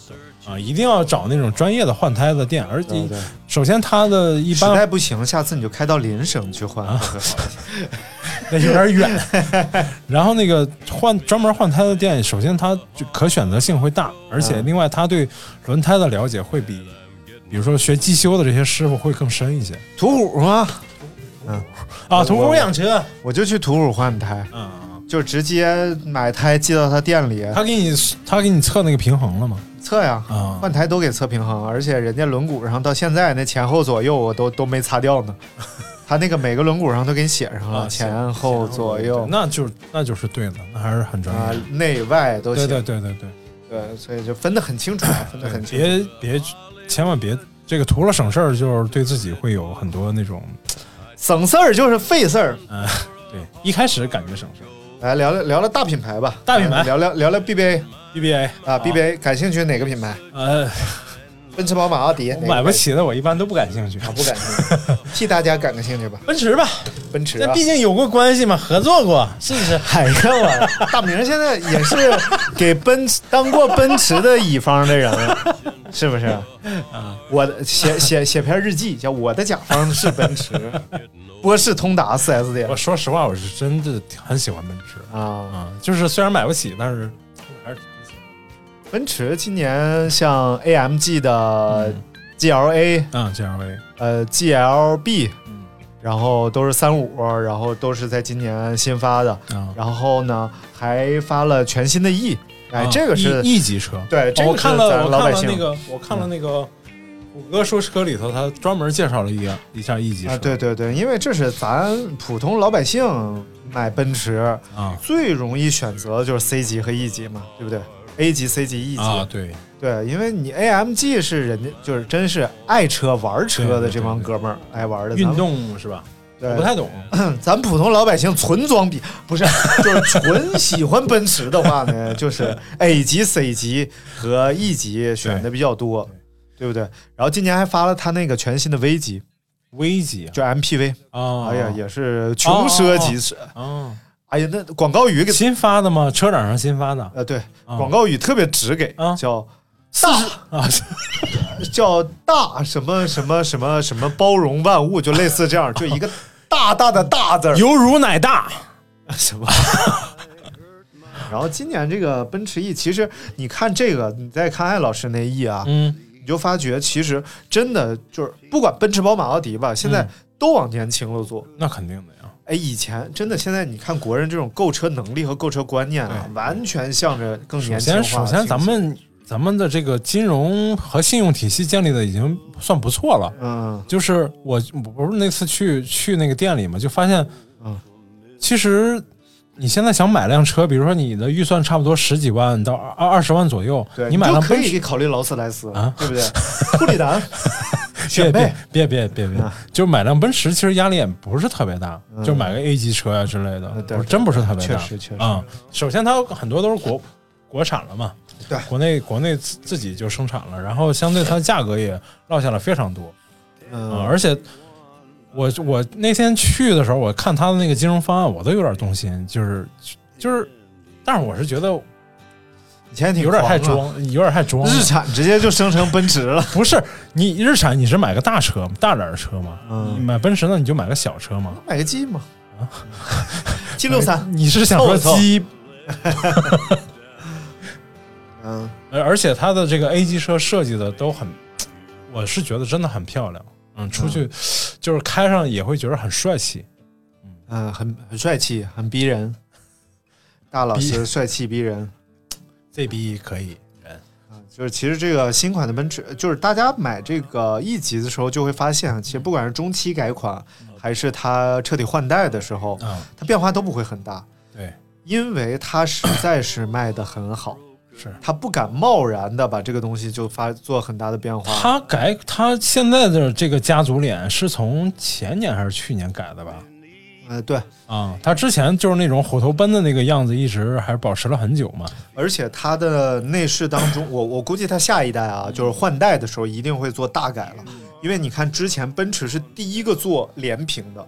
啊，一定要找那种专业的换胎的店，而且首先它的一般实在不行，下次你就开到邻省去换会好一些， 那有点远。然后那个换专门换胎的店，首先它就可选择性会大，而且另外它对轮胎的了解会比，比如说学机修的这些师傅会更深一些。 途虎吗？嗯啊，途虎养车， 我就去途虎换胎，嗯，就直接买胎寄到他店里。 他给你他给你测那个平衡了吗？ 测呀， 啊， 换胎都给测平衡，而且人家轮毂上到现在那前后左右我都都没擦掉呢。他那个每个轮毂上都给你写上了、啊、前后左右， 那就那就是对的，那还是很专业，啊、 内外都写。 对对对对对对，所以就分得很清楚，分得很清楚。 别别，千万别这个图了省事儿，就是对自己会有很多那种省事儿就是费事儿。 嗯，对，一开始感觉省事儿。 来聊聊聊聊大品牌吧， 大品牌， 聊聊聊聊 B B A。B B A 啊 ，B B A 感兴趣哪个品牌？ 呃， 奔驰、宝马、奥迪。 买不起的我一般都不感兴趣， 啊，不感兴趣，替大家感个兴趣吧。 奔驰吧， 奔驰、啊， 那毕竟有过关系嘛，合作过，是不是？ 哎呀，我大明现在也是给奔驰当过奔驰的乙方的人了，是不是？啊，我的写写写篇日记，叫我的甲方是奔驰。波士通达 四 S 店， 我说实话，我是真的很喜欢奔驰啊啊，就是虽然买不起，但是还是挺喜欢。 奔驰今年像 A M G 的 G L A， 嗯 ，G L A， 呃 G L B， 嗯，然后都是三五，然后都是在今年新发的， 啊、 然后呢还发了全新的 E， 哎，啊、这个是 E 级车， 对，这个是咱老百姓。 我看了那个，我看了那个。谷歌说车里头，他专门介绍了一个一下 E 级车、 啊，对对对，因为这是咱普通老百姓买奔驰啊最容易选择的就是 C 级和 E 级嘛，对不对 ？A 级、C 级、E 级啊，对对，因为你 A M G 是人家就是真是爱车玩车的这帮哥们儿爱玩的运动是吧？ 对， 不太懂。 咱普通老百姓纯装逼，不是就是纯喜欢奔驰的话呢，就是 A 级、C 级和 E 级选的比较多。对不对？然后今年还发了他那个全新的 V 级 ，V 级就 M P V 啊， 哎呀，也是穷奢极侈啊！ 哎呀，那广告语给新发的吗？车展上新发的。 呃，对，广告语特别直给，叫大啊， 叫大什么什么什么什么包容万物，就类似这样，就一个大大的大字， 犹如奶大什么。然后今年这个奔驰 E， 其实你看这个，你再看艾老师那 E 啊， 嗯， 你就发觉其实真的就是不管奔驰、宝马、奥迪吧，现在都往年轻了做。 嗯、那肯定的呀。 哎，以前真的，现在你看国人这种购车能力和购车观念啊，完全向着更年轻化。 首先，首先咱们咱们的这个金融和信用体系建立的已经算不错了。 嗯， 就是我我不是那次去去那个店里嘛，就发现，嗯，其实。你现在想买辆车，比如说你的预算差不多十几万到二二十万左右， 对， 你买辆可以考虑劳斯莱斯啊， 对不对？库里南， 别别别别别别，就买辆奔驰，其实压力也不是特别大， 嗯、 就买个 A 级车呀、啊、之类的， 对， 不是真不是特别大， 确实确实啊、嗯。首先它很多都是国国产了嘛， 对， 国内国内自己就生产了，然后相对它的价格也落下了非常多， 嗯， 嗯而且。我我那天去的时候，我看他的那个金融方案，我都有点动心，就是就是，但是我是觉得以前挺有点太装，有点太装。 日产直接就生成奔驰了， 不是你日产你是买个大车大点的车嘛？ 嗯， 你买奔驰那你就买个小车嘛， 买个 G 嘛，啊 ，G 六三， 你是想说 G？ 嗯， 而且它的这个 A 级车设计的都很，我是觉得真的很漂亮。嗯，出去就是开上也会觉得很帅气， 嗯，很很帅气，很逼人。大老师帅气逼人， 这逼可以人啊！就是其实这个新款的奔驰，就是大家买这个 E 级的时候就会发现，其实不管是中期改款还是它彻底换代的时候， 嗯， 它变化都不会很大。 对， 因为它实在是卖得很好。 是他不敢贸然的把这个东西就发做很大的变化。 他改他现在的这个家族脸是从前年还是去年改的吧？ 呃，对啊，他之前就是那种虎头奔的那个样子，一直还是保持了很久嘛。 而且它的内饰当中，我我估计它下一代啊，就是换代的时候一定会做大改了，因为你看之前奔驰是第一个做连屏的。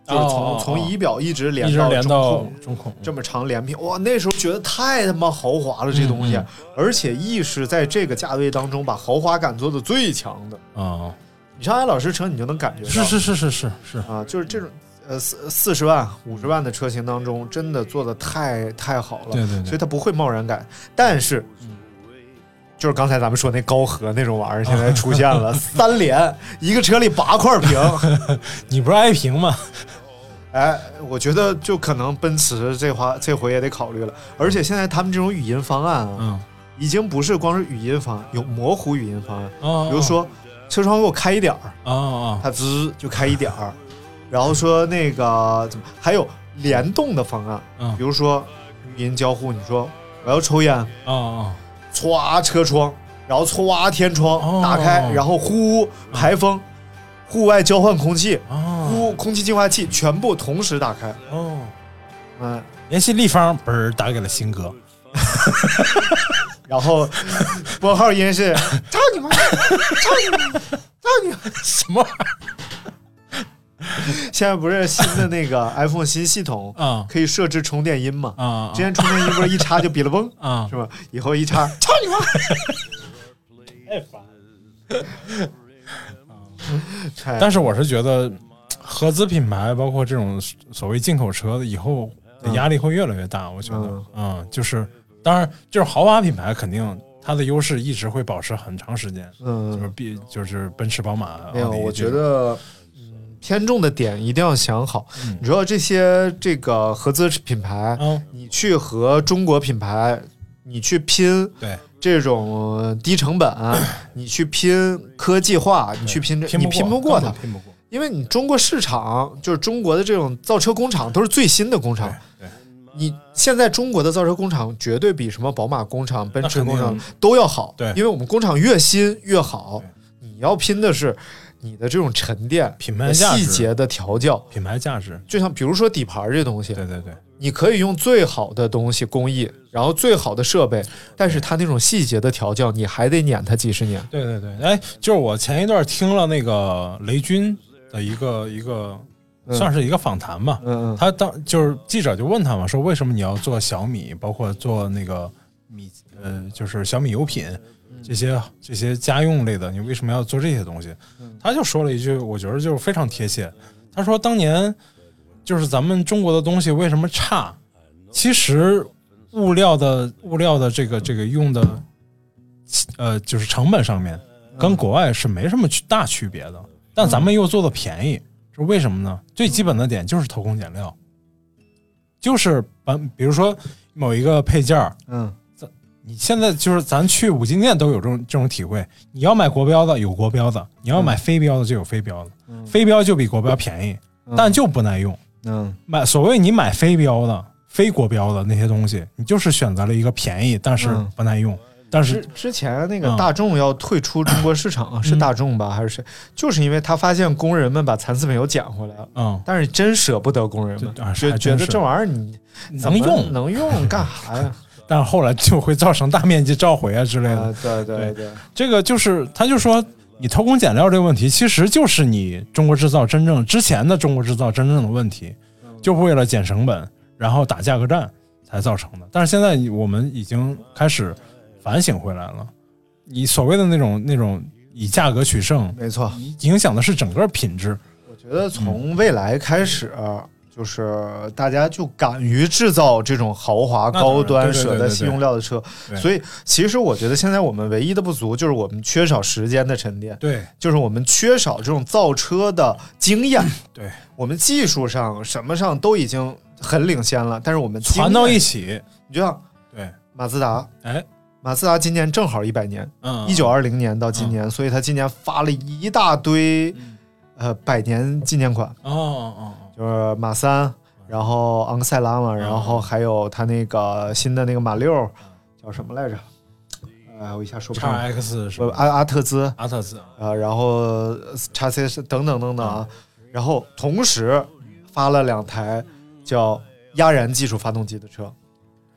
就是从、 哦、 从仪表一直连一直到连到中控， 中控这么长连屏，哇，那时候觉得太他妈豪华了，这东西， 嗯嗯、 而且亦是在这个价位当中把豪华感做的最强的啊、哦。 你上海老师车，你就能感觉到， 是是是是是是啊，就是这种。呃，四四十万、五十万的车型当中，真的做的太太好了， 对对对， 所以它不会贸然改。但是，嗯、就是刚才咱们说那高和那种玩意儿，现在出现了，三连一个车里八块屏， 你不是爱屏吗？ 哎，我觉得就可能奔驰这话这回也得考虑了。而且现在他们这种语音方案啊， 嗯， 已经不是光是语音方案，有模糊语音方案， 哦、 比如说车窗给我开一点儿， 啊、哦、 它滋就开一点儿。然后说那个怎么还有联动的方案， 嗯， 比如说语音交互，你说我要抽烟， 啊啊， 歘车窗，然后歘天窗、 哦、 打开，然后呼排风，户外交换空气， 哦、 呼空气净化器全部同时打开。 哦， 嗯， 联系立方，嘣儿打给了新哥， 然后拨号音是操你妈，操你妈，操你妈， 什么玩意儿？ 现在不是新的那个 iPhone 新系统啊， 可以设置充电音嘛？ 啊， 之前充电音不是一插就哔了嘣啊， 是吧？以后一插，操你妈！ 太烦。但是我是觉得，合资品牌包括这种所谓进口车的，以后的压力会越来越大。我觉得，嗯，嗯就是当然，就是豪华品牌肯定它的优势一直会保持很长时间。嗯，就是必就是奔驰、宝马。 没有，我觉得。偏重的点一定要想好， 嗯、 你知道这些这个合资品牌， 嗯、 你去和中国品牌，你去拼对这种低成本，你去拼科技化，你去拼这，你拼不过它， 拼不过， 因为你中国市场就是中国的这种造车工厂都是最新的工厂， 对，对你现在中国的造车工厂绝对比什么宝马工厂、奔驰工厂都要好， 对， 因为我们工厂越新越好，你要拼的是。你的这种沉淀、 品牌价值、 细节的调教、 品牌价值， 就像比如说底盘这东西， 对对对， 你可以用最好的东西工艺，然后最好的设备，但是它那种细节的调教，你还得撵它几十年。 对对对，哎，就是我前一段听了那个雷军的一个一个，算是一个访谈吧， 嗯嗯， 他当就是记者就问他嘛，说为什么你要做小米，包括做那个米，呃，就是小米油品。这些这些家用类的，你为什么要做这些东西？他就说了一句，我觉得就是非常贴切。他说，当年就是咱们中国的东西为什么差？其实物料的物料的这个这个用的，呃，就是成本上面跟国外是没什么大区别的，但咱们又做的便宜，是为什么呢？最基本的点就是偷工减料，就是把比如说某一个配件， 嗯。 你现在就是咱去五金店都有这种这种体会，你要买国标的有国标的，你要买非标的就有非标的，嗯、非标就比国标便宜，嗯、但就不耐用。 嗯， 买所谓你买非标的、非国标的那些东西，你就是选择了一个便宜但是不耐用。嗯、但是之前那个大众要退出中国市场，嗯、是大众吧还是谁？就是因为他发现工人们把残次品油捡回来了，嗯，但是真舍不得工人们， 啊、 觉觉得这玩意儿你能用能用干啥呀？ 但是后来就会造成大面积召回啊之类的。 啊、对对 对, 对， 这个就是他就说你偷工减料这个问题，其实就是你中国制造真正之前的中国制造真正的问题，就为了减成本，然后打价格战才造成的。但是现在我们已经开始反省回来了，你所谓的那种那种以价格取胜， 没错， 影响的是整个品质。 我觉得从未来开始。嗯就是大家就敢于制造这种豪华高端舍得新用料的车，所以其实我觉得现在我们唯一的不足就是我们缺少时间的沉淀， 对， 就是我们缺少这种造车的经验， 对， 我们技术上什么上都已经很领先了，但是我们传到一起， 你就像对马自达， 哎， 马自达今年正好一百年， 嗯， 一九二零年到今年，嗯、所以他今年发了一大堆，嗯、呃，百年纪念款， 哦哦。 就是马三，然后昂克赛拉嘛，然后还有他那个新的那个马六，叫什么来着？哎、呃，我一下说不上。 X X 是阿阿特兹， 阿特兹啊，然后叉 C 等等等等啊，然后同时发了两台叫压燃技术发动机的车，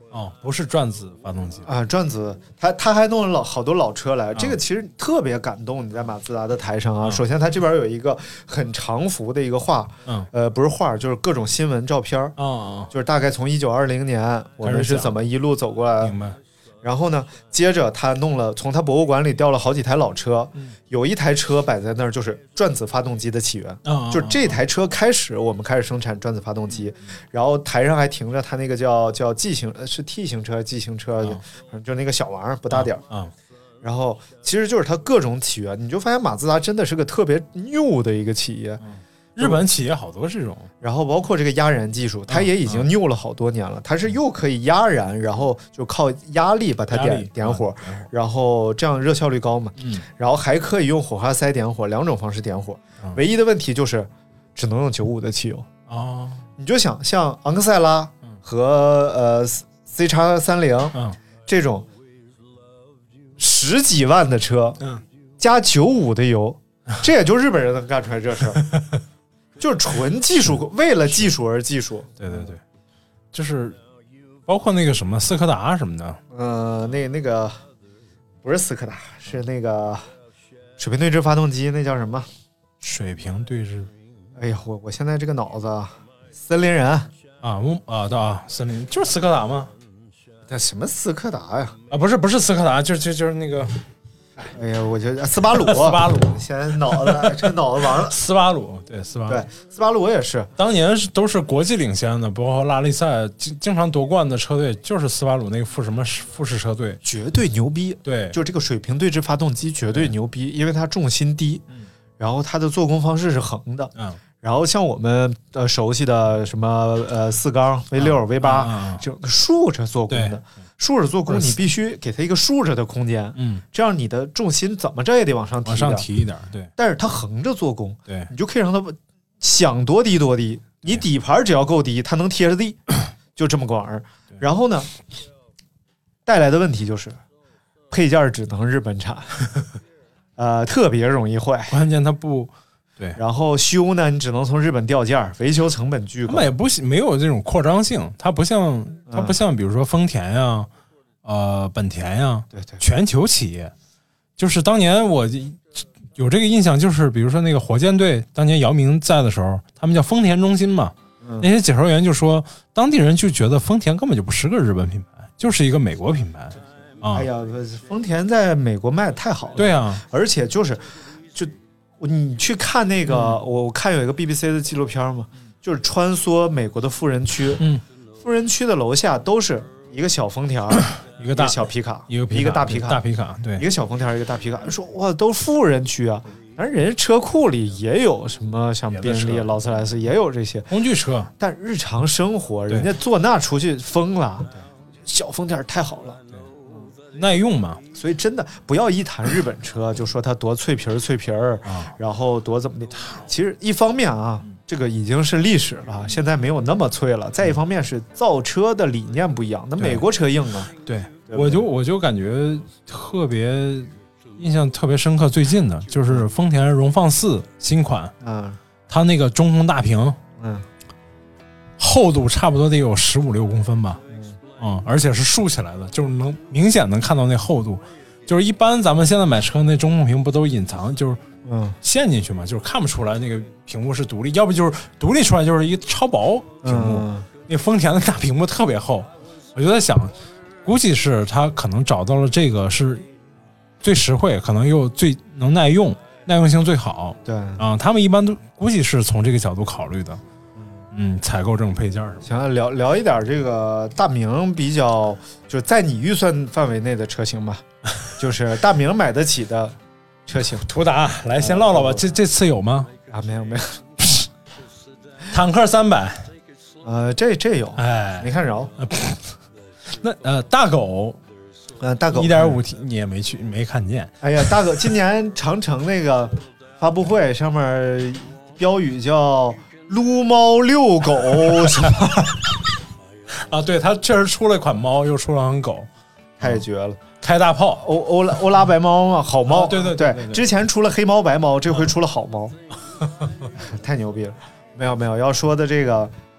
哦，不是转子发动机啊，转子，他他还弄了老好多老车来，嗯、这个其实特别感动。你在马自达的台上啊，嗯、首先他这边有一个很长幅的一个画，嗯，呃，不是画，就是各种新闻照片， 嗯， 就是大概从一九二零年我们是怎么一路走过来， 明白。 然后呢，接着他弄了，从他博物馆里调了好几台老车，嗯、有一台车摆在那儿，就是转子发动机的起源， 嗯、 就是这台车开始我们开始生产转子发动机，嗯、然后台上还停着他那个叫叫 G 型，是 T 型车 G 型车，嗯、就那个小玩意儿不大点儿， 嗯嗯、 然后其实就是它各种起源，你就发现马自达真的是个特别牛的一个企业。 嗯日本企业好多这种， 然后包括这个压燃技术，它也已经牛了好多年了。它是又可以压燃，然后就靠压力把它点点火，然后这样热效率高嘛。 嗯， 然后还可以用火花塞点火，两种方式点火。唯一的问题就是只能用九五的汽油。 哦， 你就想像昂克赛拉和呃 C 叉三零这种十几万的车， 嗯， 加九五的油，这也就日本人能干出来这事儿。就是纯技术，为了技术而技术。 对对对，就是包括那个什么斯柯达什么的， 呃，那那个不是斯柯达，是那个水平对置发动机，那叫什么？ 水平对置。 哎呀，我我现在这个脑子，森林人啊，我啊对啊，森林就是斯柯达吗？ 那什么斯柯达呀？ 啊，不是不是斯柯达，就就就是那个。 哎呀，我觉得斯巴鲁， 斯巴鲁， 现在脑子这脑子完了。 斯巴鲁，对斯巴鲁， 对斯巴鲁我也是， 当年是都是国际领先的，包括拉力赛经经常夺冠的车队，就是斯巴鲁那个富什么富士车队， 绝对牛逼。 对， 就这个水平对置发动机绝对牛逼，因为它重心低，嗯、然后它的做工方式是横的， 嗯。 然后像我们呃熟悉的什么呃四缸 V 六、V 八，就竖着做工的，竖着做工你必须给它一个竖着的空间， 嗯， 这样你的重心怎么着也得往上提， 往上提一点，对。 但是它横着做工， 对， 你就可以让它想多低多低，你底盘只要够低，它能贴着地，就这么个玩意儿。然后呢，带来的问题就是配件只能日本产，呃，特别容易坏， 关键它不。对， 然后修呢，你只能从日本调件，维修成本巨高。 他们也不没有这种扩张性，它不像它不像比如说丰田呀、呃本田呀， 对对， 全球企业。就是当年我有这个印象，就是比如说那个火箭队，当年姚明在的时候，他们叫丰田中心嘛，嗯、那些解说员就说，当地人就觉得丰田根本就不是个日本品牌，就是一个美国品牌。啊、 哎呀，丰田在美国卖太好了。 对啊， 而且就是就。你去看那个，嗯、我看有一个 B B C 的纪录片嘛，就是穿梭美国的富人区， 嗯， 富人区的楼下都是一个小丰田， 一个大一个小皮卡， 一个皮卡一个大皮卡， 大皮卡，对， 一个小丰田，一个大皮卡。说哇，都富人区啊，但是人家车库里也有什么像宾利、劳斯莱斯，也有这些工具车， 但日常生活人家坐那出去疯了，小丰田太好了。 耐用嘛， 所以真的不要一谈日本车就说它多脆皮儿脆皮儿， 啊、 然后多怎么的。其实一方面啊，这个已经是历史了，现在没有那么脆了；再一方面是造车的理念不一样，那美国车硬啊。 对，对我就我就感觉特别印象特别深刻，最近的就是丰田荣放四新款， 嗯， 它那个中控大屏， 嗯， 厚度差不多得有十五六公分吧。嗯，而且是竖起来的，就是能明显能看到那厚度。就是一般咱们现在买车那中控屏不都隐藏，就是嗯陷进去嘛，就是看不出来那个屏幕是独立，要不就是独立出来就是一个超薄屏幕。 嗯、 那丰田的大屏幕特别厚，我就在想，估计是他可能找到了这个是最实惠，可能又最能耐用，耐用性最好。 对啊、 嗯，他们一般都估计是从这个角度考虑的。嗯，采购这种配件儿。 行，聊聊一点这个大明比较，就在你预算范围内的车型吧，就是大明买得起的车型。 途达，来先唠唠吧，呃、这这次有吗？ 啊，没有没有。 坦克三百， 呃，这这有， 哎， 没看着。 那呃，大狗， 呃，大狗一点五 T 你也没去，没看见。 哎呀，大狗，今年长城那个发布会上面标语叫。撸猫遛狗是吧？ 啊，对，它确实出了一款猫，又出了款狗， 太绝了！ 开大炮， 欧欧拉欧拉白猫嘛，好猫， 哦、对对 对, 对, 对, 对，之前出了黑猫白猫，这回出了好猫，太牛逼了！没有没有，要说的这个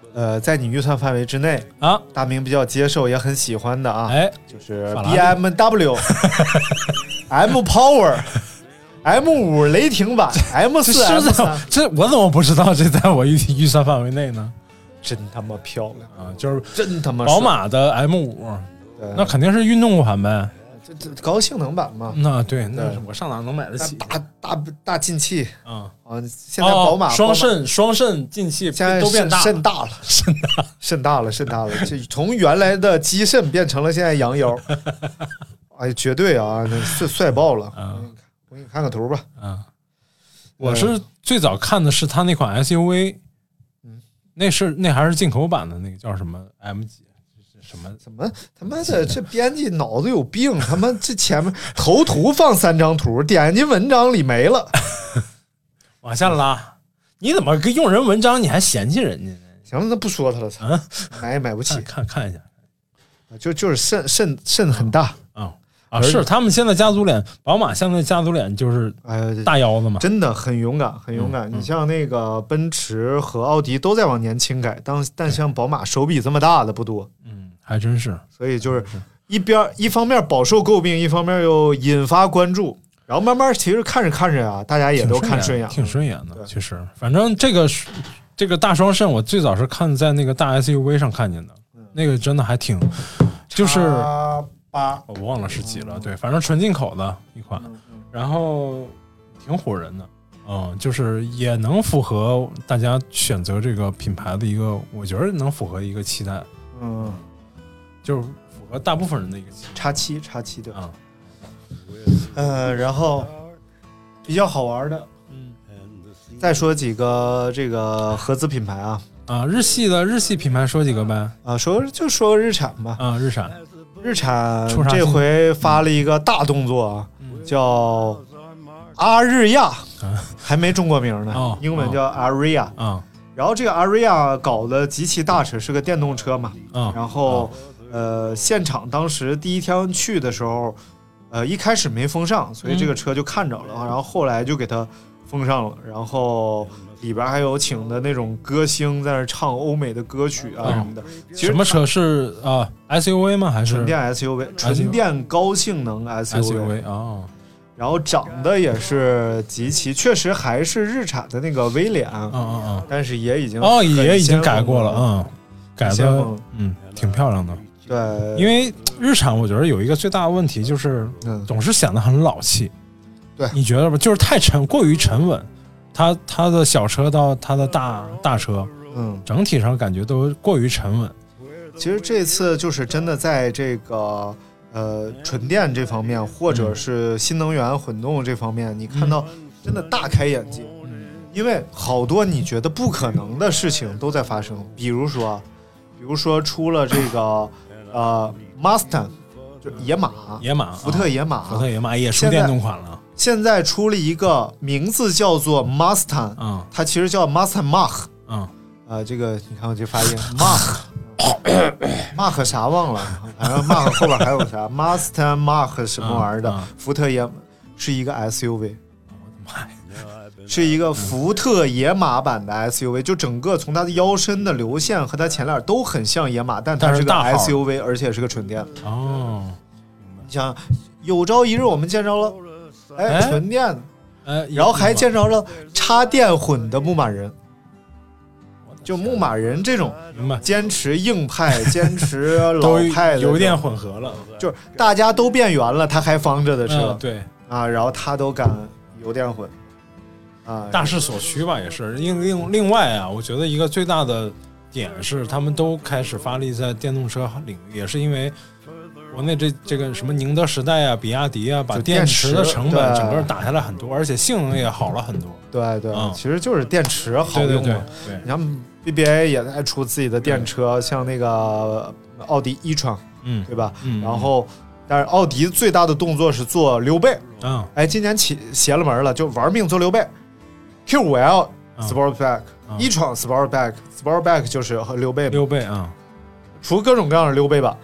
呃，在你预算范围之内啊， 大明比较接受也很喜欢的啊， 哎， 就是 B M W M Power M 五雷霆版 M 四 M 三， 这我怎么不知道这在我预预算范围内呢？ 真他妈漂亮啊！就是真他妈宝马的 M 五，那肯定是运动款呗。 这这高性能版嘛？ 那对，那我上哪能买得起？ 大大大进气啊啊！现在宝马双肾双肾进气现在都变大， 肾大了， 肾大， 肾大了，肾大了，这从原来的鸡肾变成了现在羊腰。哎，绝对啊，帅帅爆了！我给你看个图吧。 啊，我是最早看的是他那款 S U V， 嗯，那是那还是进口版的那个叫什么 M 几？什么？ 怎么他妈的这编辑脑子有病？他妈这前面头图放三张图，点进文章里没了， 往下拉。你怎么跟用人文章你还嫌弃人家呢？ 行了，那不说他了，操、啊，买也买不起。 看 看, 看一下， 就就是肾肾肾很大啊啊！是他们现在家族脸，宝马现在家族脸就是大腰子嘛， 真的很勇敢，很勇敢。嗯、你像那个奔驰和奥迪都在往年轻改，但但像宝马手笔这么大的不多。 嗯。还真是， 所以就是一边一方面饱受诟病，一方面又引发关注，然后慢慢其实看着看着啊，大家也都看顺眼， 挺顺眼的。其实，反正这个这个大双肾，我最早是看在那个大 S U V 上看见的，嗯、那个真的还挺，就是八， 我忘了是几了，对，反正纯进口的一款，嗯嗯、然后挺唬人的。嗯，就是也能符合大家选择这个品牌的一个，我觉得能符合一个期待。 嗯。 就是符合大部分人的一个叉七叉七的啊， 呃，然后比较好玩的，嗯，再说几个这个合资品牌啊啊，日系的日系品牌说几个呗啊，说就说个日产吧啊，日产日产这回发了一个大动作啊，嗯、叫阿日亚，啊、还没中国名呢， 哦、 英文叫 Aria 啊。哦然后这个 Aria 搞得极其大车，是个电动车嘛， 嗯、 然后。哦呃，现场当时第一天去的时候，呃，一开始没封上，所以这个车就看着了，嗯、然后后来就给它封上了，然后里边还有请的那种歌星在那唱欧美的歌曲啊、嗯、什么的。其实什么车是啊 ？S U V 吗？还是纯电 S U V？ 纯电高性能 S U V 啊。哦、 然后长得也是极其，确实还是日产的那个 V 脸， 嗯嗯嗯， 但是也已经哦也已经改过了，嗯，改的嗯挺漂亮的。 对， 因为日产我觉得有一个最大的问题就是总是显得很老气。 对， 你觉得吧？就是太沉，过于沉稳。它它的小车到它的大大车， 嗯， 整体上感觉都过于沉稳。 其实这次就是真的在这个呃纯电这方面，或者是新能源混动这方面，嗯、你看到真的大开眼界。嗯，因为好多你觉得不可能的事情都在发生，比如说，比如说出了这个。呃 ，Mustang 就野马， 野马， 福特野马， 啊、福特野马也出电动款了。 现在出了一个名字叫做 Mustang， 嗯， 它其实叫 Mustang Mach， 嗯， 呃，这个你看我这发音 Mach，Mach 啥忘了，反正 Mach 后边还有啥 Mustang Mach 什么玩意儿的， 嗯嗯、 福特野是一个 S U V， 我的妈呀！ 是一个福特野马版的 S U V， 就整个从它的腰身的流线和它前脸都很像野马，但它是个 S U V， 而且是个纯电。 哦， 你想，有朝一日我们见着了，哎，纯电， 哎， 然后还见着了插电混的牧马人，就牧马人这种坚持硬派、坚持老派的油电混合了， 就是大家都变圆了，它还方着的车， 嗯、对啊，然后它都敢油电混。啊， 大势所趋吧，也是。另另另外啊，我觉得一个最大的点是，他们都开始发力在电动车领域，也是因为国内这这个什么宁德时代啊、比亚迪啊，把电池的成本整个打下来很多，而且性能也好了很多。 对对， 嗯、 其实就是电池好用嘛。 对对对对， 你像 B B A 也在出自己的电车，像那个奥迪 e-tron， 嗯，对吧？ 嗯， 然后。但是奥迪最大的动作是做溜背， 嗯， 哎，今年起邪了门了，就玩命做溜背。Q 五 L Sportback， e-tron Sportback，Sportback 就是溜背， 溜背啊， 出各种各样的溜背版。 嗯，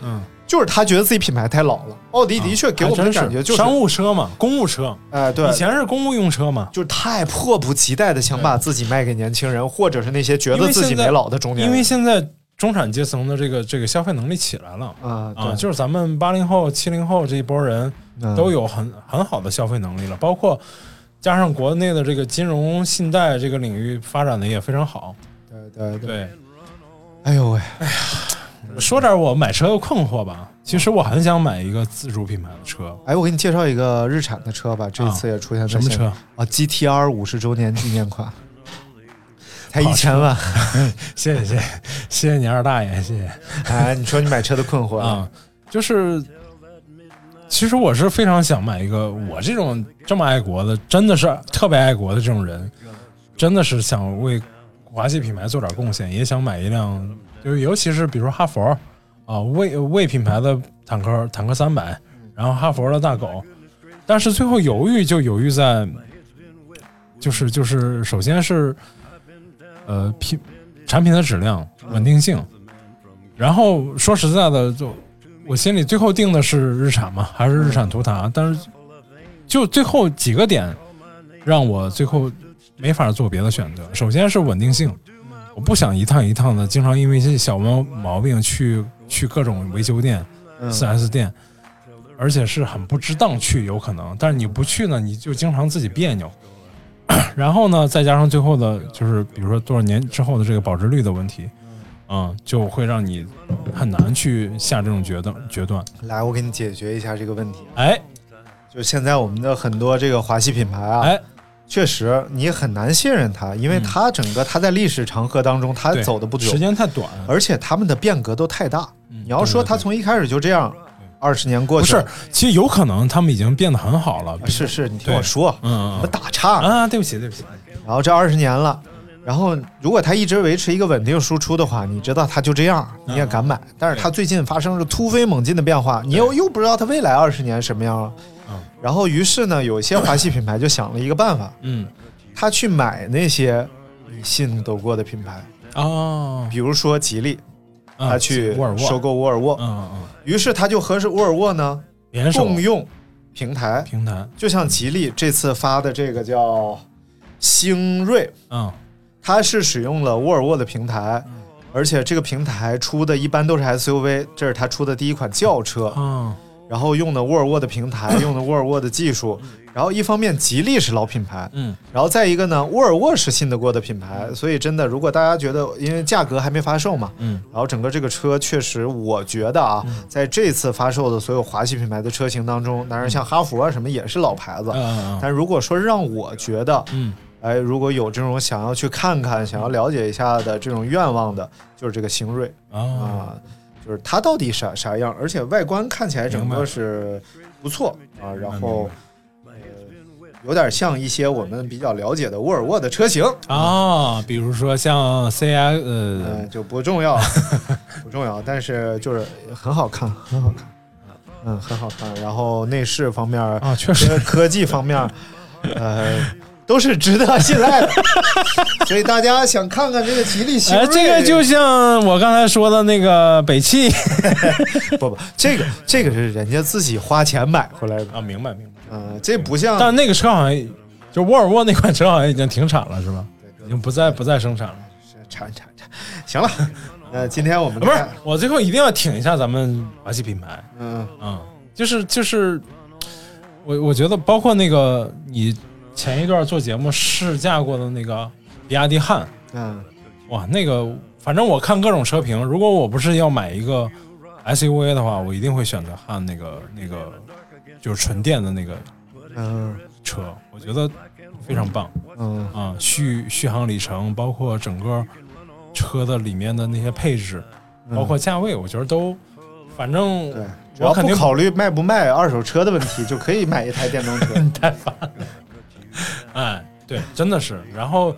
就是他觉得自己品牌太老了。奥迪的确给我们的感觉就是商务车嘛，公务车。 哎、呃，对， 以前是公务用车嘛， 就是太迫不及待的想把自己卖给年轻人，或者是那些觉得自己没老的中年人。 因为现在中产阶层的这个这个消费能力起来了啊啊，就是咱们八零后、七零后这一波人都有很、嗯、很好的消费能力了，包括加上国内的这个金融信贷这个领域发展的也非常好。 对对对, 对， 哎呦喂， 哎呀。说点我买车的困惑吧。其实我很想买一个自主品牌的车。 哎，我给你介绍一个日产的车吧，这次也出现在、 啊、什么车啊 ？G T R 五十周年纪念款，才一千万。 谢谢谢谢谢谢你二大爷，谢谢。 哎，你说你买车的困惑啊？就是，其实我是非常想买一个，我这种这么爱国的，真的是特别爱国的这种人，真的是想为华系品牌做点贡献，也想买一辆。就尤其是比如说哈佛啊，魏魏品牌的坦克坦克三百，然后哈佛的大狗，但是最后犹豫就犹豫在，就是就是首先是呃品产品的质量稳定性，然后说实在的，就我心里最后定的是日产嘛，还是日产途达，但是就最后几个点让我最后没法做别的选择。首先是稳定性。我不想一趟一趟的，经常因为一些小毛毛病去去各种维修店、四 S 店，而且是很不值当去，有可能。但是你不去呢，你就经常自己别扭。然后呢，再加上最后的，就是比如说多少年之后的这个保值率的问题，嗯，就会让你很难去下这种决断决断。 来，我给你解决一下这个问题。 哎， 就现在我们的很多这个华系品牌啊， 哎。 确实你很难信任它，因为它整个它在历史长河当中它走的不久， 时间太短， 而且他们的变革都太大、嗯、你要说它从一开始就这样二十年过去了， 不是，其实有可能他们已经变得很好了。 是是，你听我说， 嗯， 我打岔啊，对不起对不起。 然后这二十年了，然后如果它一直维持一个稳定输出的话，你知道它就这样你也敢买、嗯、但是它最近发生了突飞猛进的变化，你又又不知道它未来二十年什么样了、嗯、然后于是呢有一些华系品牌就想了一个办法， 嗯， 他去买那些你信得过的品牌哦， 比如说吉利，他去收购沃尔沃， 嗯嗯， 于是他就和沃尔沃呢共用平台， 平台就像吉利这次发的这个叫星锐， 嗯， 它是使用了沃尔沃的平台，而且这个平台出的一般都是 S U V， 这是他出的第一款轿车， 嗯。 然后用的沃尔沃的平台，用的沃尔沃的技术，然后一方面吉利是老品牌， 嗯， 然后再一个呢，沃尔沃是信得过的品牌，所以真的，如果大家觉得，因为价格还没发售嘛， 嗯， 然后整个这个车确实，我觉得啊， 嗯、 在这次发售的所有华系品牌的车型当中，当然像哈佛啊什么也是老牌子， 嗯、 但如果说让我觉得， 嗯， 哎，如果有这种想要去看看、想要了解一下的这种愿望的，就是这个星锐啊。 哦就是它到底啥啥样，而且外观看起来整个是不错啊，然后呃有点像一些我们比较了解的沃尔沃的车型啊，比如说像 C I 呃、 嗯、就不重要不重要，但是就是很好看很好看，嗯很好看，然后内饰方面啊确实科技方面呃都是值得信赖的，所以大家想看看这个吉利星锐、 哎，这个就像我刚才说的那个北汽， 不不，这个这个是人家自己花钱买回来的啊，明白明白， 嗯、呃，这不像， 但那个车好像就沃尔沃那款车好像已经停产了，是吧？ 对对对， 已经不再不再生产了， 产产产，行了，呃，今天我们不是，我最后一定要挺一下咱们华系品牌， 嗯嗯，就是就是我我觉得包括那个你。前一段做节目试驾过的那个比亚迪汉， 嗯， 哇，那个反正我看各种车评，如果我不是要买一个 S U V 的话，我一定会选择汉那个那个就是纯电的那个嗯车，我觉得非常棒， 嗯啊，续续航里程，包括整个车的里面的那些配置，包括价位，我觉得都反正对，只要不考虑卖不卖二手车的问题，就可以买一台电动车。 太烦了。哎，对，真的是。然后，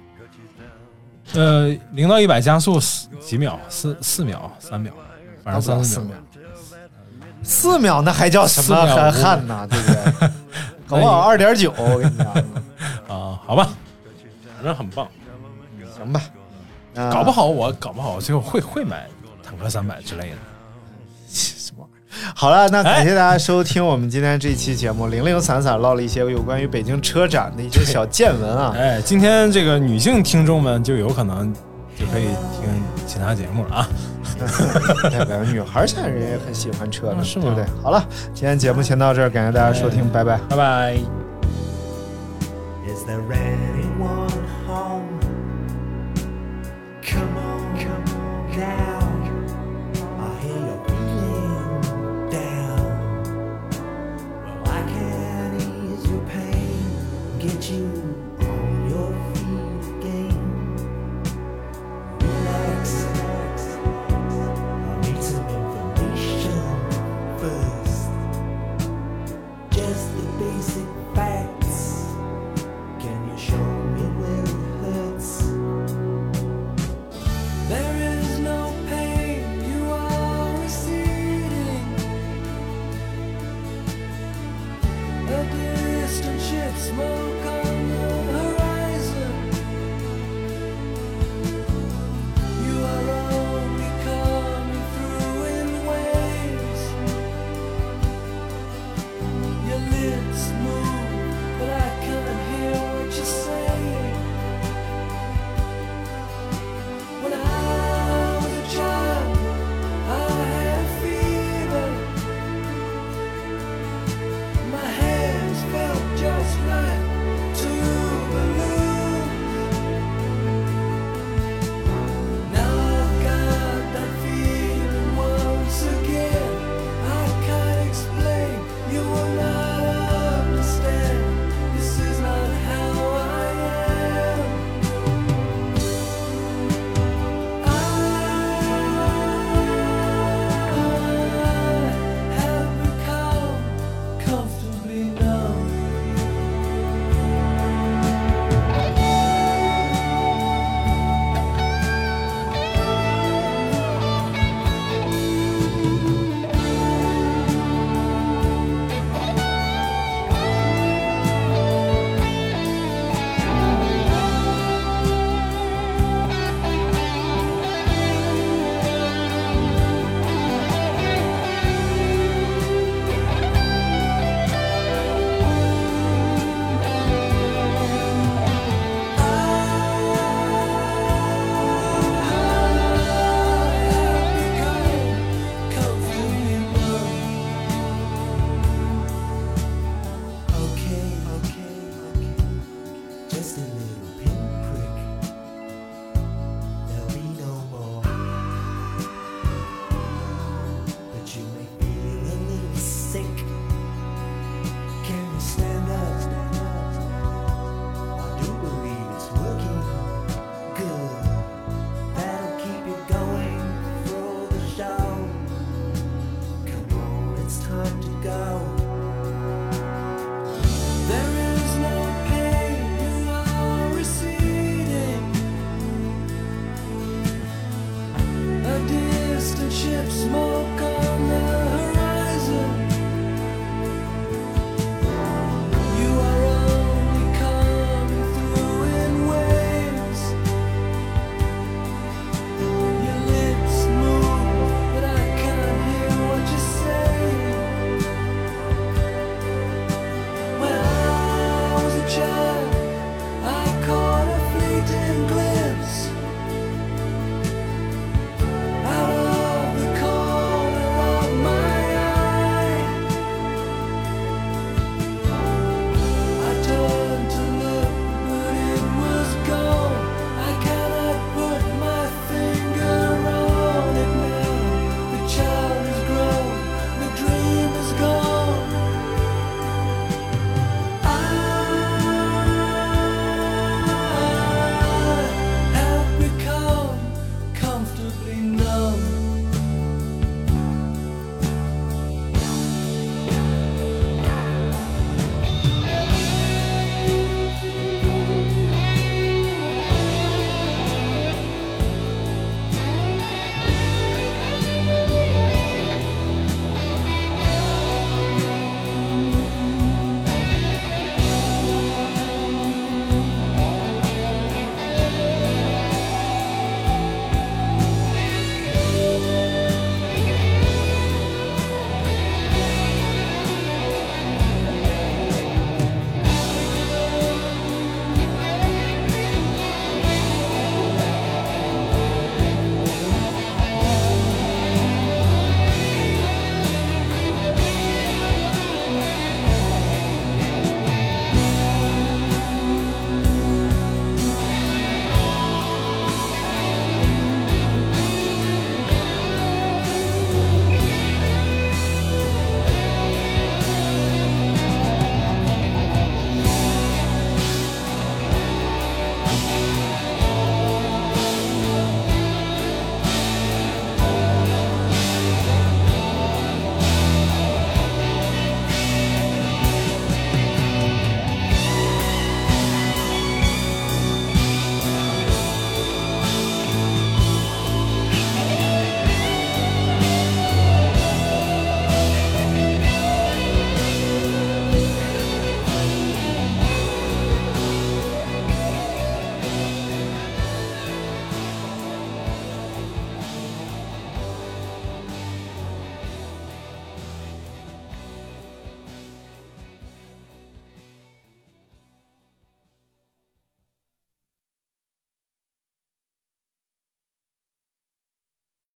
呃，零到一百加速几秒？四四秒、三秒，反正三四秒。 四秒那还叫什么憨汉呢？对不对？搞不好二点九，我跟你讲。 啊，好吧，反正很棒。 行吧， 搞不好我搞不好我最后会会买坦克三百之类的。 什么？ 好了，那感谢大家收听我们今天这期节目，零零散散唠了一些有关于北京车展的一些小见闻啊。 哎，今天这个女性听众们就有可能就可以听其他节目了啊。 代表女孩现在人也很喜欢车的， 啊、是吗？ 对不对？好了，今天节目先到这儿，感谢大家收听， 哎、 拜拜， 拜拜。 Is the red